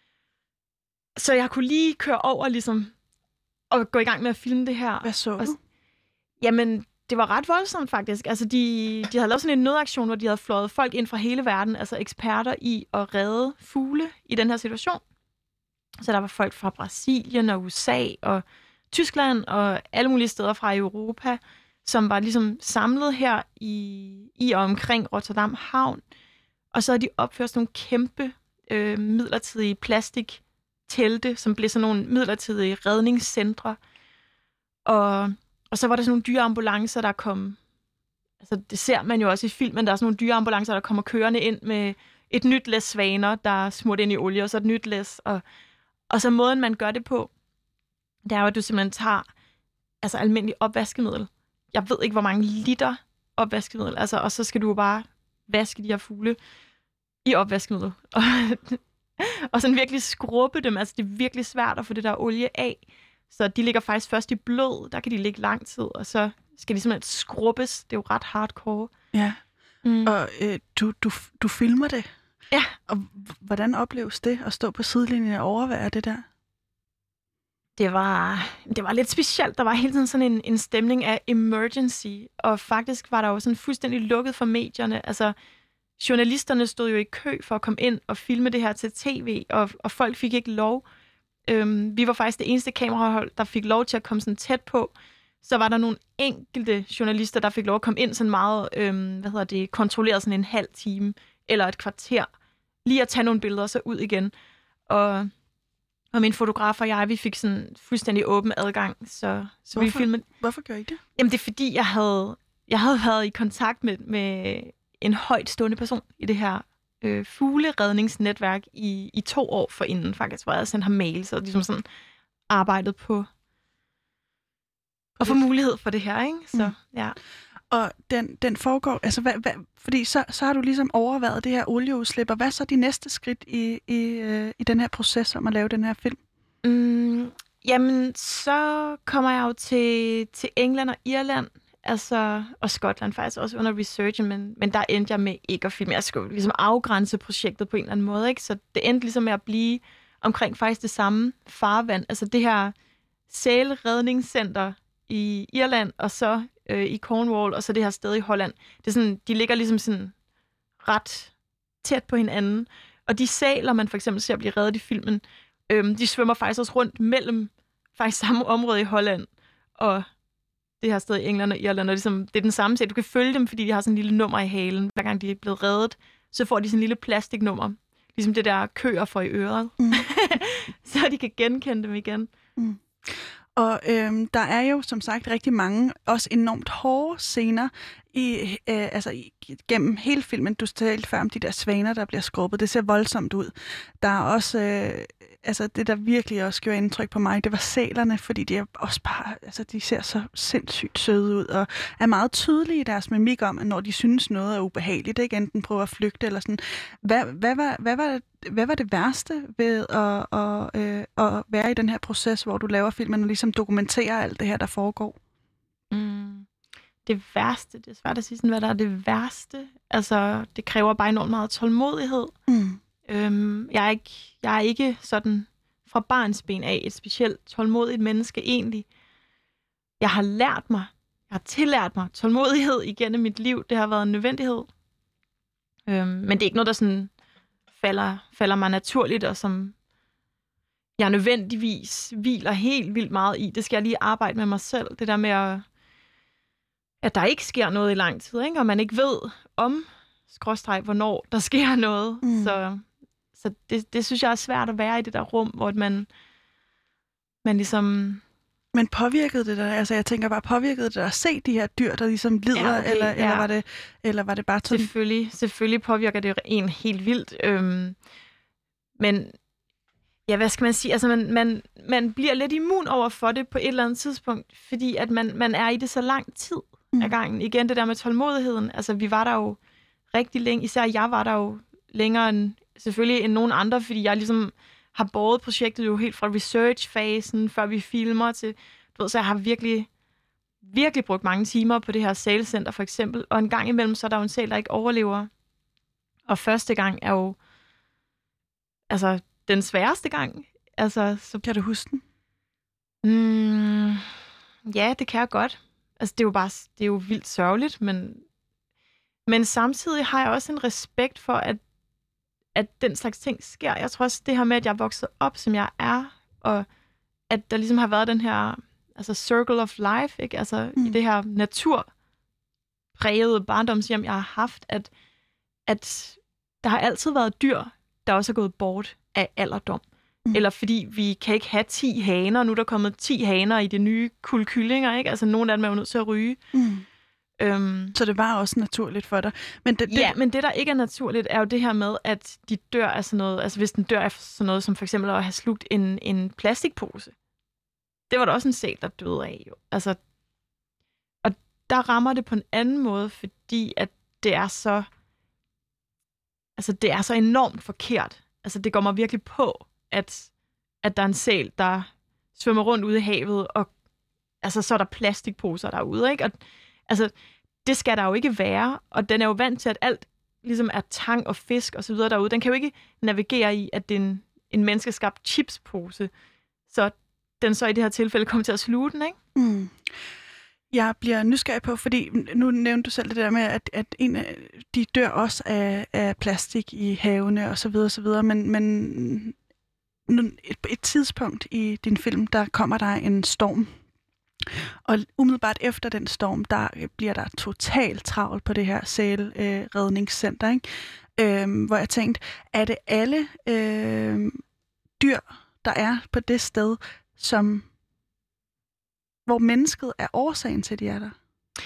så jeg kunne lige køre over, ligesom, og gå i gang med at filme det her. Hvad så du? Og, jamen, det var ret voldsomt faktisk. Altså, de, de havde lavet sådan en nødaktion, hvor de havde fløjet folk ind fra hele verden, altså eksperter i at redde fugle i den her situation. Så der var folk fra Brasilien og U S A og Tyskland og alle mulige steder fra Europa, som var ligesom samlet her i, i og omkring Rotterdam Havn. Og så havde de opført sådan nogle kæmpe øh, midlertidige plastiktelte, som blev sådan nogle midlertidige redningscentre. Og, og så var der sådan nogle dyreambulancer, der kom... Altså, det ser man jo også i filmen. Der er sådan nogle dyreambulancer, der kommer kørende ind med et nyt læs svaner, der er smurt ind i olie, og så et nyt læs. Og, og så måden, man gør det på, det er jo, at du simpelthen tager altså, almindelig opvaskemiddel. Jeg ved ikke, hvor mange liter opvaskemiddel. Altså, og så skal du bare vaske de her fugle i opvaskemiddel. Og, og sådan virkelig skrubbe dem. Altså, det er virkelig svært at få det der olie af. Så de ligger faktisk først i blød. Der kan de ligge lang tid, og så skal de simpelthen skrubbes. Det er jo ret hardcore. Ja, mm. og øh, du, du, du filmer det. Ja. Og hvordan opleves det at stå på sidelinjen og overvære det der? Det var, det var lidt specielt. Der var hele tiden sådan en, en stemning af emergency, og faktisk var der jo sådan fuldstændig lukket for medierne. Altså, journalisterne stod jo i kø for at komme ind og filme det her til tv, og, og folk fik ikke lov. Øhm, vi var faktisk det eneste kamerahold, der fik lov til at komme sådan tæt på. Så var der nogle enkelte journalister, der fik lov at komme ind sådan meget, øhm, hvad hedder det, kontrolleret sådan en halv time eller et kvarter. Lige at tage nogle billeder og så ud igen. Og, og min fotograf og jeg, vi fik sådan fuldstændig åben adgang. Så, så hvorfor, vi filmede. Hvorfor gør I det? Jamen det er fordi, jeg havde, jeg havde været i kontakt med, med en højt stående person i det her øh, fugleredningsnetværk i, i to år forinden faktisk, hvor jeg sendte ham mails og ligesom sådan arbejdet på at få mulighed for det her, ikke? Så, mm. ja. Og den, den foregår, altså hvad, hvad, fordi så, så har du ligesom overvejet det her olieudslip, og hvad er så de næste skridt i, i, øh, i den her proces om at lave den her film? Mm, jamen, så kommer jeg jo til, til England og Irland, altså, og Skotland faktisk også under researchen, men, men der endte jeg med ikke at filme. Jeg skulle ligesom afgrænse projektet på en eller anden måde, ikke? Så det endte ligesom med at blive omkring faktisk det samme farvand. Altså det her sælredningscenter i Irland, og så øh, i Cornwall, og så det her sted i Holland. Det er sådan, de ligger ligesom sådan ret tæt på hinanden. Og de sæler, man for eksempel ser blive reddet i filmen, øh, de svømmer faktisk også rundt mellem faktisk samme område i Holland og det her sted i England og Irland. Og ligesom, det er den samme sæl. Du kan følge dem, fordi de har sådan en lille nummer i halen. Hver gang de er blevet reddet, så får de sådan en lille plastiknummer. Ligesom det der køer for i øret. Mm. Så de kan genkende dem igen. Mm. Og øhm, der er jo som sagt rigtig mange, også enormt hårde scener i, øh, altså, i, gennem hele filmen. Du talte før om de der svaner, der bliver skrubbet. Det ser voldsomt ud. Der er også, øh, altså det der virkelig også gjorde indtryk på mig, det var sælerne, fordi de er også bare, altså de ser så sindssygt søde ud, og er meget tydelige i deres mimik om, at når de synes noget er ubehageligt, ikke enten prøver at flygte eller sådan. Hvad, hvad, var, hvad, var, hvad var det værste ved at, at, øh, at være i den her proces, hvor du laver filmen og ligesom dokumenterer alt det her, der foregår? Mm. Det værste, det er svært at sige sådan, hvad der er det værste. Altså, det kræver bare enormt meget tålmodighed. Mm. Øhm, jeg, er ikke, jeg er ikke sådan fra barnsben af et specielt tålmodigt menneske egentlig. Jeg har lært mig, jeg har tillært mig tålmodighed igennem mit liv. Det har været en nødvendighed. Øhm, men det er ikke noget, der sådan falder, falder mig naturligt, og som jeg nødvendigvis hviler helt vildt meget i. Det skal jeg lige arbejde med mig selv. Det der med at at der ikke sker noget i lang tid, ikke? Og man ikke ved om, skråstreg, hvornår der sker noget. Mm. Så, så det, det synes jeg er svært at være i det der rum, hvor man, man ligesom... Men påvirkede det dig? Altså jeg tænker bare, påvirkede det dig at se de her dyr, der ligesom lider, ja, okay, eller, ja. eller, var det, eller var det bare sådan? Selvfølgelig, selvfølgelig påvirker det en helt vildt. Øhm, men ja, hvad skal man sige? Altså man, man, man bliver lidt immun over for det på et eller andet tidspunkt, fordi at man, man er i det så lang tid. Af gangen. Igen det der med tålmodigheden. Altså, vi var der jo rigtig længe. Især jeg var der jo længere end, selvfølgelig end nogen andre, fordi jeg ligesom har båret projektet jo helt fra research-fasen, før vi filmer til, du ved, så jeg har virkelig, virkelig brugt mange timer på det her sælcenter for eksempel, og en gang imellem, så er der jo en sæl, der ikke overlever. Og første gang er jo, altså, den sværeste gang. Altså, så kan du huske den? Mm, ja, det kan jeg godt. Altså, det er jo bare, det er jo vildt sørgeligt, men, men samtidig har jeg også en respekt for, at, at den slags ting sker. Jeg tror også, det her med, at jeg er vokset op, som jeg er, og at der ligesom har været den her, altså circle of life, ikke? Altså, mm. i det her naturprægede barndomshjem, jeg har haft, at, at der har altid været dyr, der også er gået bort af alderdom. Mm. Eller fordi vi kan ikke have ti haner. Nu er der kommet ti haner i de nye kuld kyllinger, ikke? Altså, nogle af dem er jo nødt til at ryge. Mm. Øhm, så det var også naturligt for dig. Men det, det... Ja, men det, der ikke er naturligt, er jo det her med, at de dør af sådan noget... Altså, hvis den dør af sådan noget, som for eksempel at have slugt en, en plastikpose. Det var der også en sæl, der døde af, jo. Altså, og der rammer det på en anden måde, fordi at det er så... Altså, det er så enormt forkert. Altså, det går mig virkelig på, at, at der er en sæl, der svømmer rundt ude i havet, og altså, så er der plastikposer derude, ikke? Og, altså, det skal der jo ikke være, og den er jo vant til, at alt ligesom er tang og fisk og så videre derude. Den kan jo ikke navigere i, at det er en, en menneskeskabt chipspose, så den så i det her tilfælde kommer til at sluge den, ikke? Mm. Jeg bliver nysgerrig på, fordi nu nævnte du selv det der med, at, at en af, de dør også af, af plastik i havene og så videre, og så videre, men, men et, et tidspunkt i din film, der kommer der en storm, og umiddelbart efter den storm, der bliver der totalt travlt på det her sælredningscenter, øh, ikke? Øhm, hvor jeg tænkte, er det alle øh, dyr, der er på det sted, som hvor mennesket er årsagen til, at de er der?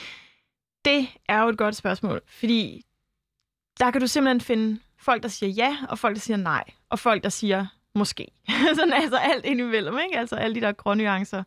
Det er jo et godt spørgsmål, fordi der kan du simpelthen finde folk, der siger ja, og folk, der siger nej, og folk, der siger måske. Sådan altså alt indimellem, ikke? Altså alle de der grønne nuancer.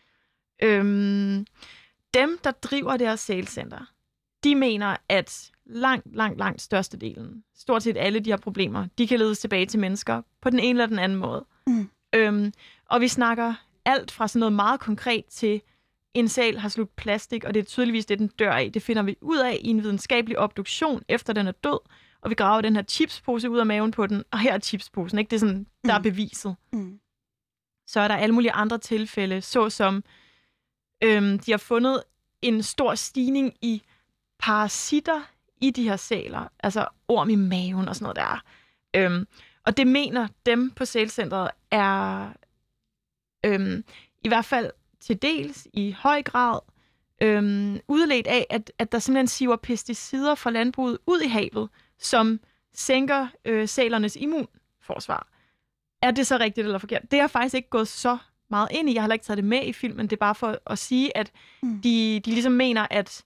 Øhm, dem, der driver det her sælcenter, de mener, at langt, langt, langt størstedelen, stort set alle de her problemer, de kan ledes tilbage til mennesker på den ene eller den anden måde. Mm. Øhm, og vi snakker alt fra sådan noget meget konkret til, en sæl har slugt plastik, og det er tydeligvis det, den dør af. Det finder vi ud af i en videnskabelig obduktion, efter den er død, og vi graver den her chipspose ud af maven på den, og her er chipsposen, ikke? Det er sådan, der er beviset. Mm. Så er der alle mulige andre tilfælde, såsom øhm, de har fundet en stor stigning i parasitter i de her sæler, altså orm i maven og sådan noget der. Øhm, og det mener dem på sælcentret er øhm, i hvert fald til dels i høj grad øhm, udledt af, at, at der simpelthen siver pesticider fra landbruget ud i havet, som sænker øh, sælernes immunforsvar. Er det så rigtigt eller forkert? Det har faktisk ikke gået så meget ind i. Jeg har heller ikke taget det med i filmen. Det er bare for at sige, at mm. de, de ligesom mener, at,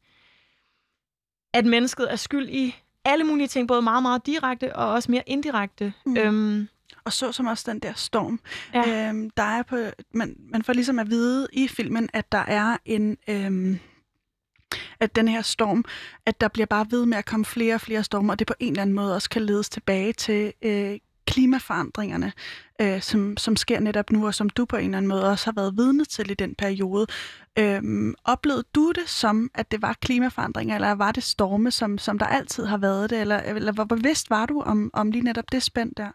at mennesket er skyld i alle mulige ting, både meget, meget direkte og også mere indirekte. Mm. Øhm, Og så som også den der storm. Ja. Øhm, der er på, man, man får ligesom at vide i filmen, at der er en, øhm, at den her storm, at der bliver bare ved med at komme flere og flere stormer, og det på en eller anden måde også kan ledes tilbage til øh, klimaforandringerne, øh, som, som sker netop nu, og som du på en eller anden måde også har været vidne til i den periode. Øhm, oplevede du det som, at det var klimaforandringer, eller var det storme, som, som der altid har været det, eller, eller hvor bevidst var du om, om lige netop det spænd der?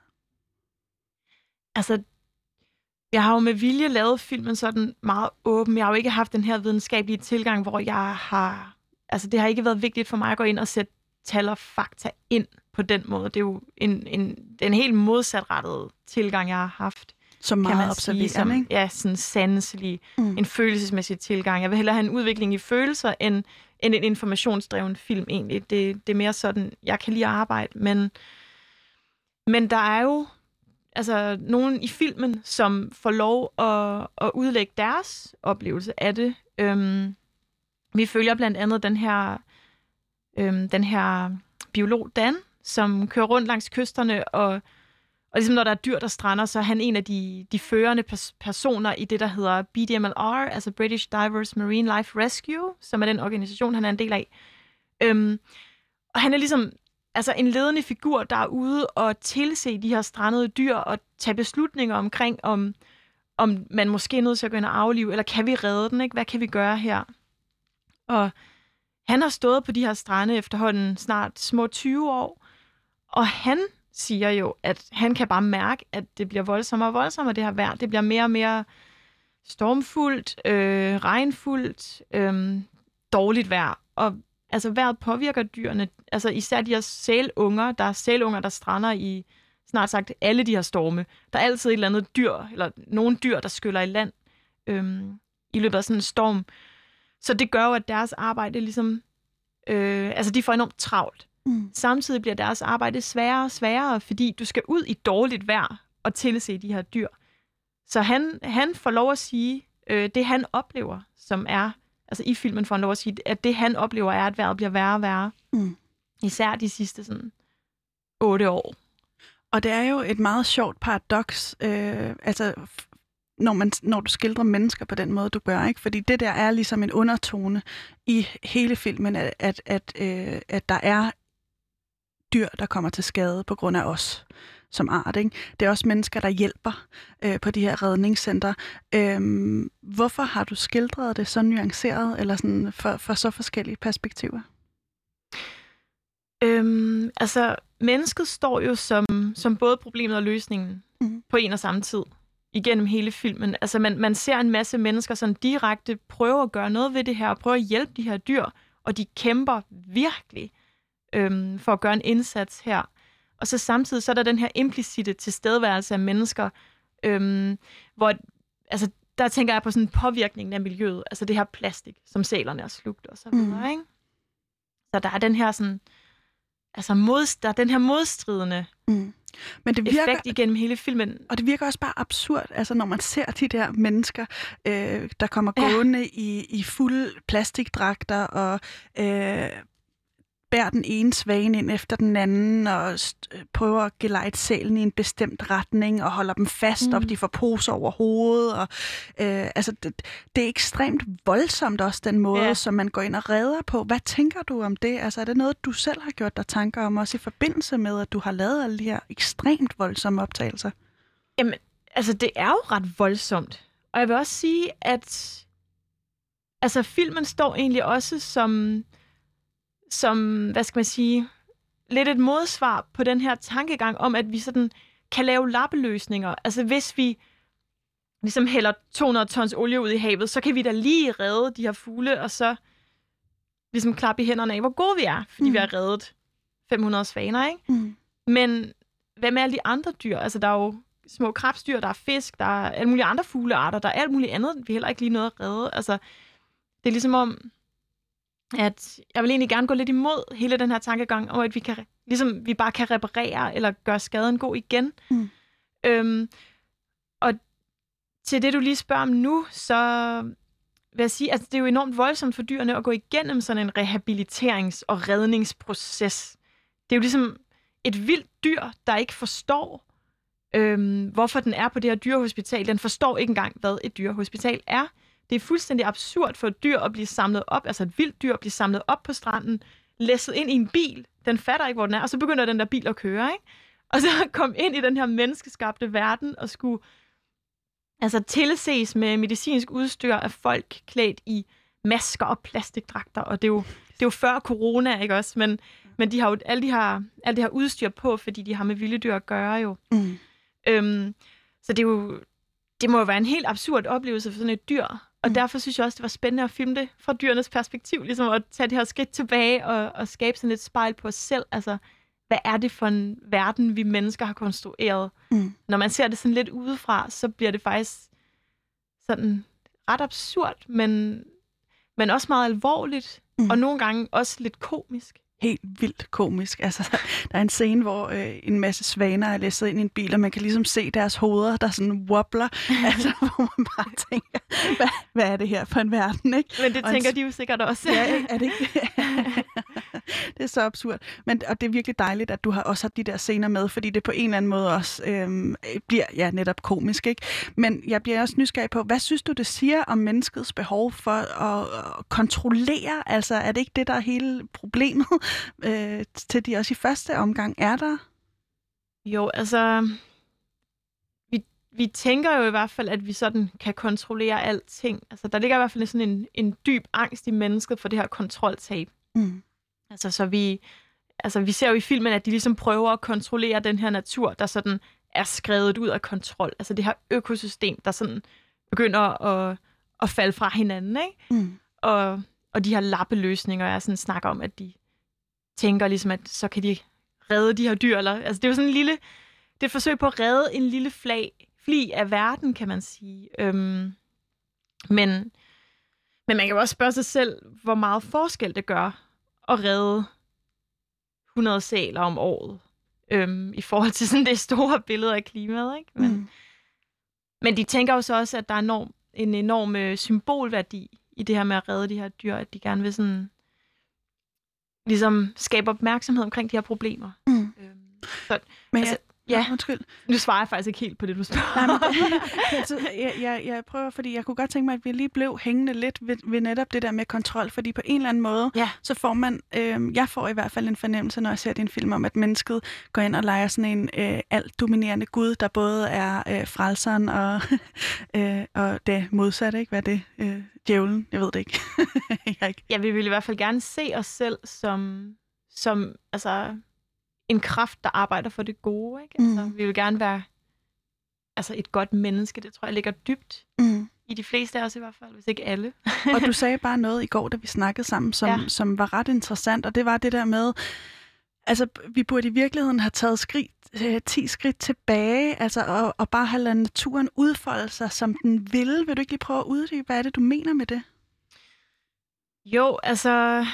Altså, jeg har jo med vilje lavet filmen sådan meget åben. Jeg har jo ikke haft den her videnskabelige tilgang, hvor jeg har... Altså, det har ikke været vigtigt for mig at gå ind og sætte tal og fakta ind på den måde. Det er jo en, en, en helt modsatrettet tilgang, jeg har haft. Som meget observerende, ikke? Ja, sådan sanselig, mm. en følelsesmæssig tilgang. Jeg vil hellere have en udvikling i følelser, end, end en informationsdreven film egentlig. Det, det er mere sådan, jeg kan lide at arbejde, men, men der er jo altså nogen i filmen, som får lov at, at udlægge deres oplevelse af det. Øhm, vi følger blandt andet den her, øhm, den her biolog Dan, som kører rundt langs kysterne, og, og ligesom når der er dyr, der strander, så er han en af de, de førende pers- personer i det, der hedder B D M L R, altså British Divers Marine Life Rescue, som er den organisation, han er en del af. Øhm, og han er ligesom altså en ledende figur, der er ude og tilse de her strandede dyr og tage beslutninger omkring, om, om man måske er nødt til at gå ind og aflive, eller kan vi redde den, ikke? Hvad kan vi gøre her? Og han har stået på de her strande efterhånden snart små tyve år, og han siger jo, at han kan bare mærke, at det bliver voldsommere og voldsommere, det her vejr. Det bliver mere og mere stormfuldt, øh, regnfuldt, øh, dårligt vejr. Og altså, vejret påvirker dyrene. Altså, især de her sælunger. Der er sælunger, der strander i snart sagt alle de her storme. Der er altid et eller andet dyr, eller nogle dyr, der skyller i land øh, i løbet af sådan en storm. Så det gør jo, at deres arbejde ligesom... Øh, altså, de får enormt travlt. Mm. Samtidig bliver deres arbejde sværere og sværere, fordi du skal ud i dårligt vejr og tilse de her dyr. Så han, han får lov at sige, øh, det han oplever, som er, altså i filmen får han lov at sige, at det han oplever er, at vejret bliver værre og værre. Mm. Især de sidste sådan otte år. Og det er jo et meget sjovt paradoks, øh, altså når, man, når du skildrer mennesker på den måde, du gør, ikke? Fordi det der er ligesom en undertone i hele filmen, at, at, at, øh, at der er dyr, der kommer til skade på grund af os som art, ikke? Det er også mennesker, der hjælper øh, på de her redningscenter. Øhm, hvorfor har du skildret det så nuanceret, eller sådan for, for så forskellige perspektiver? Øhm, altså, mennesket står jo som, som både problemet og løsningen mm. på en og samme tid igennem hele filmen. Altså, man, man ser en masse mennesker sådan direkte prøve at gøre noget ved det her, og prøve at hjælpe de her dyr, og de kæmper virkelig øhm, for at gøre en indsats her. Og så samtidig så er der den her implicite tilstedeværelse af mennesker, øhm, hvor altså, der tænker jeg på sådan påvirkningen af miljøet, altså det her plastik, som sælerne har slugt og så videre, mm. ikke? Så der er den her sådan, altså mod, der er den her modstridende mm. Men det virker, effekt igennem hele filmen. Og det virker også bare absurd, altså når man ser de der mennesker, øh, der kommer gående ja. i, i fulde plastikdragter og øh, bærer den ene svane ind efter den anden og st- prøver at gelejte sælen i en bestemt retning og holder dem fast, mm. og de får poser over hovedet. Og, øh, altså, det, det er ekstremt voldsomt også, den måde, ja. som man går ind og redder på. Hvad tænker du om det? Altså, er det noget, du selv har gjort dig tanker om, også i forbindelse med, at du har lavet alle de her ekstremt voldsomme optagelser? Jamen, altså, det er jo ret voldsomt. Og jeg vil også sige, at altså, filmen står egentlig også som... som, hvad skal man sige, lidt et modsvar på den her tankegang om, at vi sådan kan lave lappeløsninger. Altså hvis vi ligesom hælder to hundrede tons olie ud i havet, så kan vi da lige redde de her fugle, og så ligesom klappe i hænderne af, hvor gode vi er, fordi mm. vi har reddet fem hundrede svaner, ikke? Mm. Men hvad med alle de andre dyr? Altså der er jo små krebsdyr, der er fisk, der er alle mulige andre fuglearter, der er alt muligt andet, vi heller ikke lige noget at redde. Altså det er ligesom om, at jeg vil egentlig gerne gå lidt imod hele den her tankegang om, at vi kan, ligesom vi bare kan reparere eller gøre skaden god igen. Mm. Øhm, og til det, du lige spørger om nu, så vil jeg sige, at det er jo enormt voldsomt for dyrene at gå igennem sådan en rehabiliterings- og redningsproces. Det er jo ligesom et vildt dyr, der ikke forstår, øhm, hvorfor den er på det her dyrehospital. Den forstår ikke engang, hvad et dyrehospital er. Det er fuldstændig absurd for et dyr at blive samlet op, altså et vildt dyr at blive samlet op på stranden, læsset ind i en bil. Den fatter ikke, hvor den er, og så begynder den der bil at køre, ikke? Og så komme ind i den her menneskeskabte verden og skulle altså tilses med medicinsk udstyr af folk klædt i masker og plastikdragter. Og det er jo, det er jo før corona, ikke også? Men, men de har jo alle de her, alle de her udstyr på, fordi de har med vilde dyr at gøre jo. Mm. Øhm, så det er jo... Det må jo være en helt absurd oplevelse for sådan et dyr, og mm. derfor synes jeg også, det var spændende at filme det fra dyrenes perspektiv, ligesom at tage det her skridt tilbage og, og skabe sådan et spejl på os selv. Altså, hvad er det for en verden, vi mennesker har konstrueret? Mm. Når man ser det sådan lidt udefra, så bliver det faktisk sådan ret absurd, men, men også meget alvorligt, mm. og nogle gange også lidt komisk. Helt vildt komisk. Altså, der er en scene, hvor øh, en masse svaner er læsset ind i en bil, og man kan ligesom se deres hoveder, der sådan wobbler. Altså, hvor man bare tænker, hvad, hvad er det her for en verden, ikke? Men det og tænker en... de jo sikkert også. Ja, er det ikke? Det er så absurd. Men, og det er virkelig dejligt, at du har også har de der scener med, fordi det på en eller anden måde også øh, bliver ja, netop komisk, ikke? Men jeg bliver også nysgerrig på, hvad synes du, det siger om menneskets behov for at, at kontrollere? Altså, er det ikke det, der er hele problemet? øh, til de også i første omgang er der? Jo, altså... Vi, vi tænker jo i hvert fald, at vi sådan kan kontrollere alting. Altså, der ligger i hvert fald sådan en, en dyb angst i mennesket for det her kontroltab. Mm. Altså, så vi... Altså, vi ser jo i filmen, at de ligesom prøver at kontrollere den her natur, der sådan er skrevet ud af kontrol. Altså det her økosystem, der sådan begynder at, at falde fra hinanden, ikke? Mm. Og, og de her lappeløsninger, jeg sådan snakker om, at de tænker ligesom, at så kan de redde de her dyr. Eller, altså det er jo sådan en lille... Det er et forsøg på at redde en lille flag, fli af verden, kan man sige. Øhm, men, men man kan jo også spørge sig selv, hvor meget forskel det gør at redde hundrede sæler om året, øhm, i forhold til sådan det store billede af klimaet, ikke? Men, mm. men de tænker jo så også, at der er enorm, en enorm øh, symbolværdi i det her med at redde de her dyr, at de gerne vil sådan ligesom skabe opmærksomhed omkring de her problemer. Mm. Øhm, så, men altså, ja, ja, undskyld. Nu svarer jeg faktisk ikke helt på det, du spørger. Nej, men, altså, jeg, jeg, jeg prøver, fordi jeg kunne godt tænke mig, at vi lige blev hængende lidt ved, ved netop det der med kontrol, fordi på en eller anden måde, ja. så får man, øh, jeg får i hvert fald en fornemmelse, når jeg ser din film om, at mennesket går ind og leger sådan en øh, alt dominerende gud, der både er øh, frelseren og, øh, og det modsatte, ikke? Hvad er det? Øh, djævlen? Jeg ved det ikke. jeg ikke. Ja, vi vil i hvert fald gerne se os selv som, som altså... en kraft, der arbejder for det gode, ikke? Altså, mm. vi vil gerne være altså et godt menneske. Det tror jeg ligger dybt mm. i de fleste af os i hvert fald, hvis ikke alle. Og du sagde bare noget i går, da vi snakkede sammen, som, ja. som var ret interessant, og det var det der med, altså vi burde i virkeligheden have taget skridt, øh, ti skridt tilbage, altså og, og bare have ladet naturen udfolde sig, som den vil. Vil du ikke lige prøve at uddybe, hvad er det, du mener med det? Jo, altså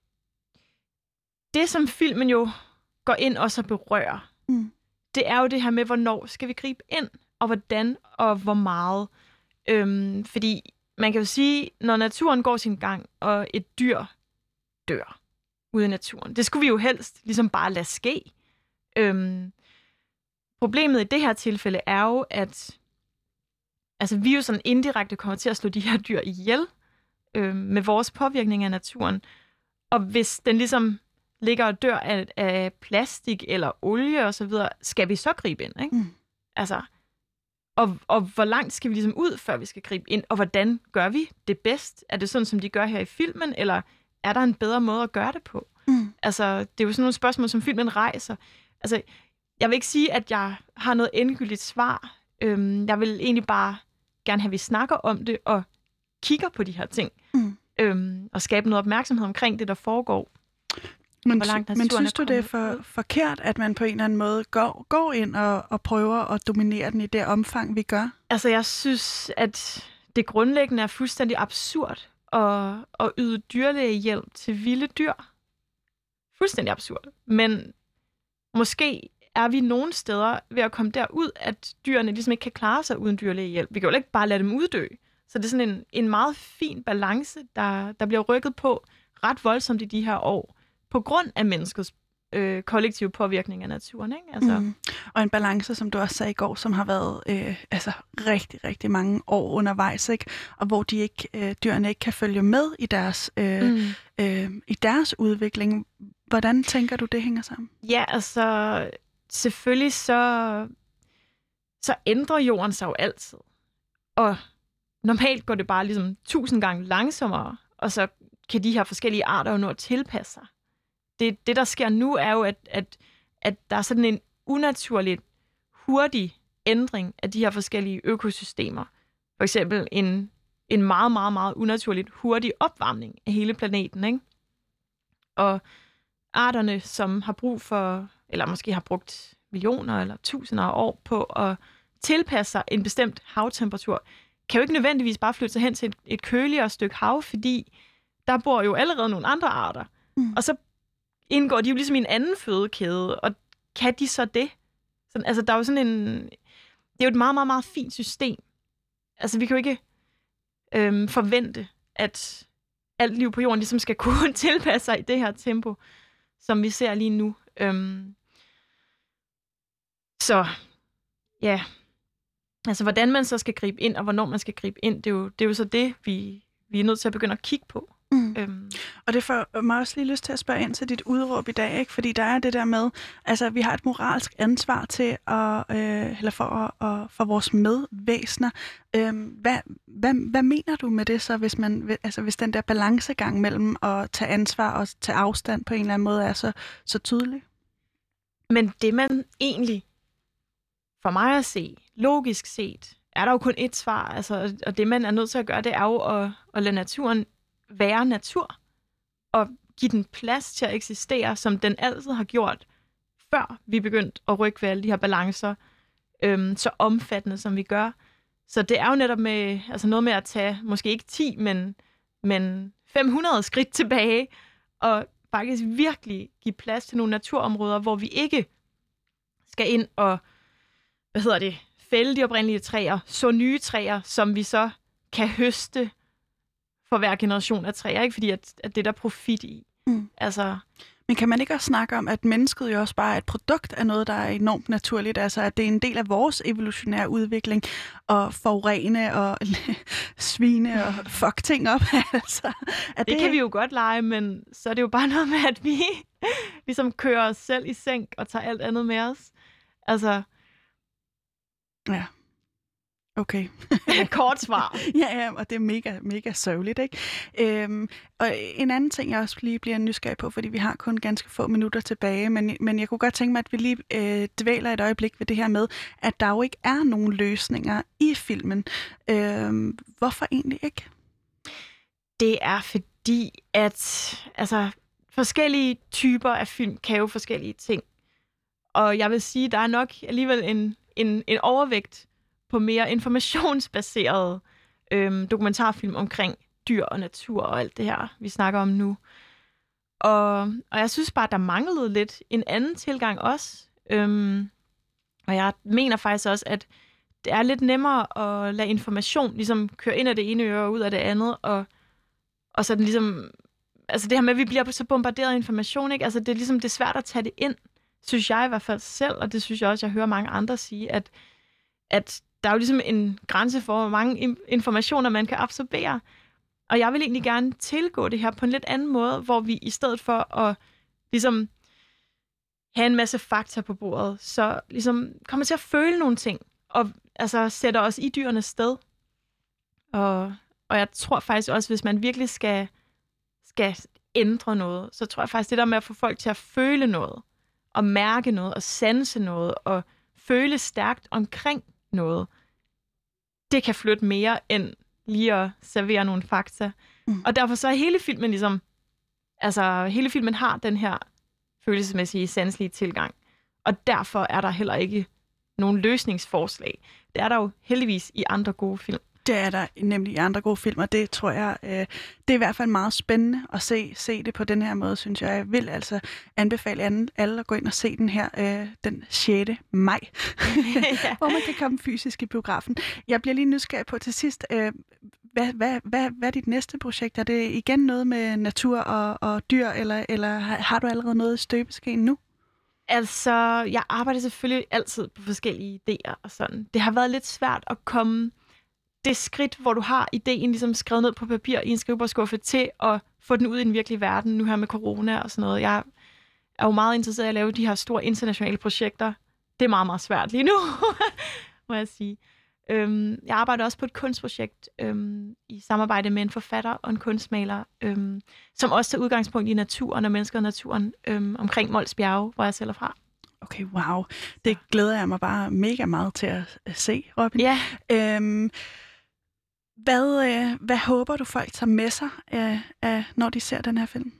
det som filmen jo går ind og så berører, mm. det er jo det her med, hvornår skal vi gribe ind, og hvordan og hvor meget. Øhm, fordi man kan jo sige, når naturen går sin gang, og et dyr dør ude i naturen, det skulle vi jo helst ligesom bare lade ske. Øhm, problemet i det her tilfælde er jo, at altså, vi jo sådan indirekte kommer til at slå de her dyr ihjel øhm, med vores påvirkning af naturen. Og hvis den ligesom ligger og dør af, af plastik eller olie og så videre, skal vi så gribe ind, ikke? Mm. Altså, og, og hvor langt skal vi ligesom ud, før vi skal gribe ind, og hvordan gør vi det bedst? Er det sådan, som de gør her i filmen, eller er der en bedre måde at gøre det på? Mm. Altså, det er jo sådan nogle spørgsmål, som filmen rejser. Altså, jeg vil ikke sige, at jeg har noget endegyldigt svar. Øhm, jeg vil egentlig bare gerne have, at vi snakker om det, og kigger på de her ting, mm. øhm, og skabe noget opmærksomhed omkring det, der foregår. Men, men synes du, det er for, forkert, at man på en eller anden måde går, går ind og, og prøver at dominere den i det omfang, vi gør? Altså, jeg synes, at det grundlæggende er fuldstændig absurd at, at yde dyrlægehjælp til vilde dyr. Fuldstændig absurd. Men måske er vi nogle steder ved at komme derud, at dyrene ligesom ikke kan klare sig uden dyrlægehjælp. Vi kan jo ikke bare lade dem uddø. Så det er sådan en, en meget fin balance, der, der bliver rykket på ret voldsomt i de her år, på grund af menneskets øh, kollektive påvirkning af naturen, ikke? Altså. Mm. Og en balance, som du også sagde i går, som har været øh, altså rigtig, rigtig mange år undervejs, ikke? Og hvor de ikke, øh, dyrene ikke kan følge med i deres, øh, mm. øh, i deres udvikling. Hvordan tænker du, det hænger sammen? Ja, altså selvfølgelig så, så ændrer jorden sig jo altid. Og normalt går det bare ligesom tusind gange langsommere, og så kan de her forskellige arter jo nå at tilpasse sig. Det, det, der sker nu, er jo, at, at, at der er sådan en unaturlig, hurtig ændring af de her forskellige økosystemer. For eksempel en, en meget, meget, meget unaturligt hurtig opvarmning af hele planeten, ikke? Og arterne, som har brug for, eller måske har brugt millioner eller tusinder af år på at tilpasse sig en bestemt havtemperatur, kan jo ikke nødvendigvis bare flytte sig hen til et, et køligere stykke hav, fordi der bor jo allerede nogle andre arter. Mm. Og så indgår de jo ligesom i en anden fødekæde, og kan de så det? Sådan, altså, der er jo sådan en... Det er jo et meget, meget, meget fint system. Altså, vi kan jo ikke øhm, forvente, at alt liv på jorden ligesom skal kunne tilpasse sig i det her tempo, som vi ser lige nu. Øhm, så, ja. Altså, hvordan man så skal gribe ind, og hvornår man skal gribe ind, det er jo, det er jo så det, vi, vi er nødt til at begynde at kigge på. Mm. Øhm. Og det får mig også lige lyst til at spørge ind til dit udråb i dag, ikke? Fordi der er det der med, altså vi har et moralsk ansvar til at, øh, eller for, at, for vores medvæsener. Øhm, hvad, hvad, hvad mener du med det så, hvis man, altså hvis den der balancegang mellem at tage ansvar og tage afstand på en eller anden måde er så, så tydelig? Men det man egentlig, for mig at se, logisk set, er der jo kun ét svar. Altså, og det man er nødt til at gøre, det er jo at, at lade naturen være natur, og give den plads til at eksistere, som den altid har gjort, før vi begyndte at rykke ved alle de her balancer, øhm, så omfattende som vi gør. Så det er jo netop med, altså noget med at tage, måske ikke ti, men, men fem hundrede skridt tilbage, og faktisk virkelig give plads til nogle naturområder, hvor vi ikke skal ind og, hvad hedder det, fælde de oprindelige træer, så nye træer, som vi så kan høste for hver generation af træer, ikke? Fordi at, at det der er profit i. Mm. Altså. Men kan man ikke også snakke om, at mennesket jo også bare er et produkt af noget, der er enormt naturligt? Altså, at det er en del af vores evolutionære udvikling at forurene og svine og fuck ting op. altså, det, det kan vi jo godt lege, men så er det jo bare noget med, at vi ligesom kører os selv i sænk og tager alt andet med os. Altså. Ja. Okay. Kort svar. ja, ja, og det er mega, mega sørgeligt, ikke? Øhm, og en anden ting, jeg også lige bliver nysgerrig på, fordi vi har kun ganske få minutter tilbage, men, men jeg kunne godt tænke mig, at vi lige øh, dvæler et øjeblik ved det her med, at der jo ikke er nogen løsninger i filmen. Øhm, hvorfor egentlig ikke? Det er fordi, at altså, forskellige typer af film kan jo forskellige ting. Og jeg vil sige, der er nok alligevel en, en, en overvægt på mere informationsbaserede øhm, dokumentarfilm omkring dyr og natur og alt det her, vi snakker om nu. Og, og jeg synes bare, der manglede lidt en anden tilgang også. Øhm, og jeg mener faktisk også, at det er lidt nemmere at lade information ligesom køre ind af det ene øre og ud af det andet, og, og så den ligesom, altså det her med, at vi bliver så bombarderet af information, ikke? Altså det er ligesom, det er svært at tage det ind, synes jeg i hvert fald selv, og det synes jeg også, jeg hører mange andre sige, at, at der er jo ligesom en grænse for, hvor mange informationer man kan absorbere. Og jeg vil egentlig gerne tilgå det her på en lidt anden måde, hvor vi i stedet for at ligesom have en masse fakta på bordet, så ligesom kommer til at føle nogle ting, og altså sætter os i dyrenes sted. Og, og jeg tror faktisk også, hvis man virkelig skal, skal ændre noget, så tror jeg faktisk, det der med at få folk til at føle noget, og mærke noget, og sanse noget, og føle stærkt omkring noget, det kan flytte mere end lige at servere nogle fakta. Mm. Og derfor så er hele filmen ligesom, altså hele filmen har den her følelsesmæssige, sanselige tilgang. Og derfor er der heller ikke nogen løsningsforslag. Det er der jo heldigvis i andre gode film. Det er der nemlig i andre gode film, og det tror jeg, øh, det er i hvert fald meget spændende at se, se det på den her måde, synes jeg. Jeg vil altså anbefale alle, alle at gå ind og se den her øh, den sjette maj, ja. hvor man kan komme fysisk i biografen. Jeg bliver lige nysgerrig på til sidst, øh, hvad, hvad, hvad, hvad er dit næste projekt? Er det igen noget med natur og, og dyr, eller, eller har, har du allerede noget i støbeskeen nu? Altså, jeg arbejder selvfølgelig altid på forskellige idéer og sådan. Det har været lidt svært at komme det skridt, hvor du har ideen ligesom skrevet ned på papir i en skrivebordskuffe til at få den ud i den virkelige verden, nu her med corona og sådan noget. Jeg er jo meget interesseret i at lave de her store internationale projekter. Det er meget, meget svært lige nu, må jeg sige. Øhm, jeg arbejder også på et kunstprojekt øhm, i samarbejde med en forfatter og en kunstmaler, øhm, som også tager udgangspunkt i naturen og mennesker og naturen øhm, omkring Mols Bjerge, hvor jeg selv er fra. Okay, wow. Det glæder jeg mig bare mega meget til at se, Robin. Ja. Øhm, hvad, øh, hvad håber du, folk tager med sig, øh, øh, når de ser den her film?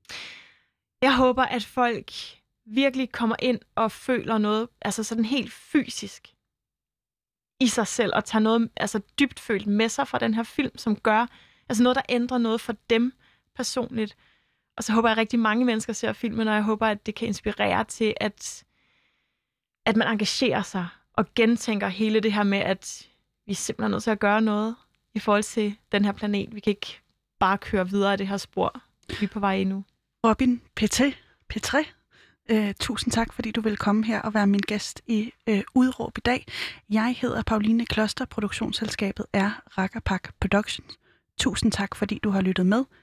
Jeg håber, at folk virkelig kommer ind og føler noget, altså sådan helt fysisk i sig selv, og tager noget altså dybt følt med sig fra den her film, som gør, altså noget, der ændrer noget for dem personligt. Og så håber jeg, at rigtig mange mennesker ser filmen, og jeg håber, at det kan inspirere til, at, at man engagerer sig og gentænker hele det her med, at vi simpelthen er nødt til at gøre noget i forhold til den her planet. Vi kan ikke bare køre videre af det her spor, vi er på vej endnu. Robin Petré, øh, tusind tak, fordi du vil komme her og være min gæst i øh, Udråb i dag. Jeg hedder Pauline Kloster, produktionsselskabet er Rakkerpak Productions. Tusind tak, fordi du har lyttet med.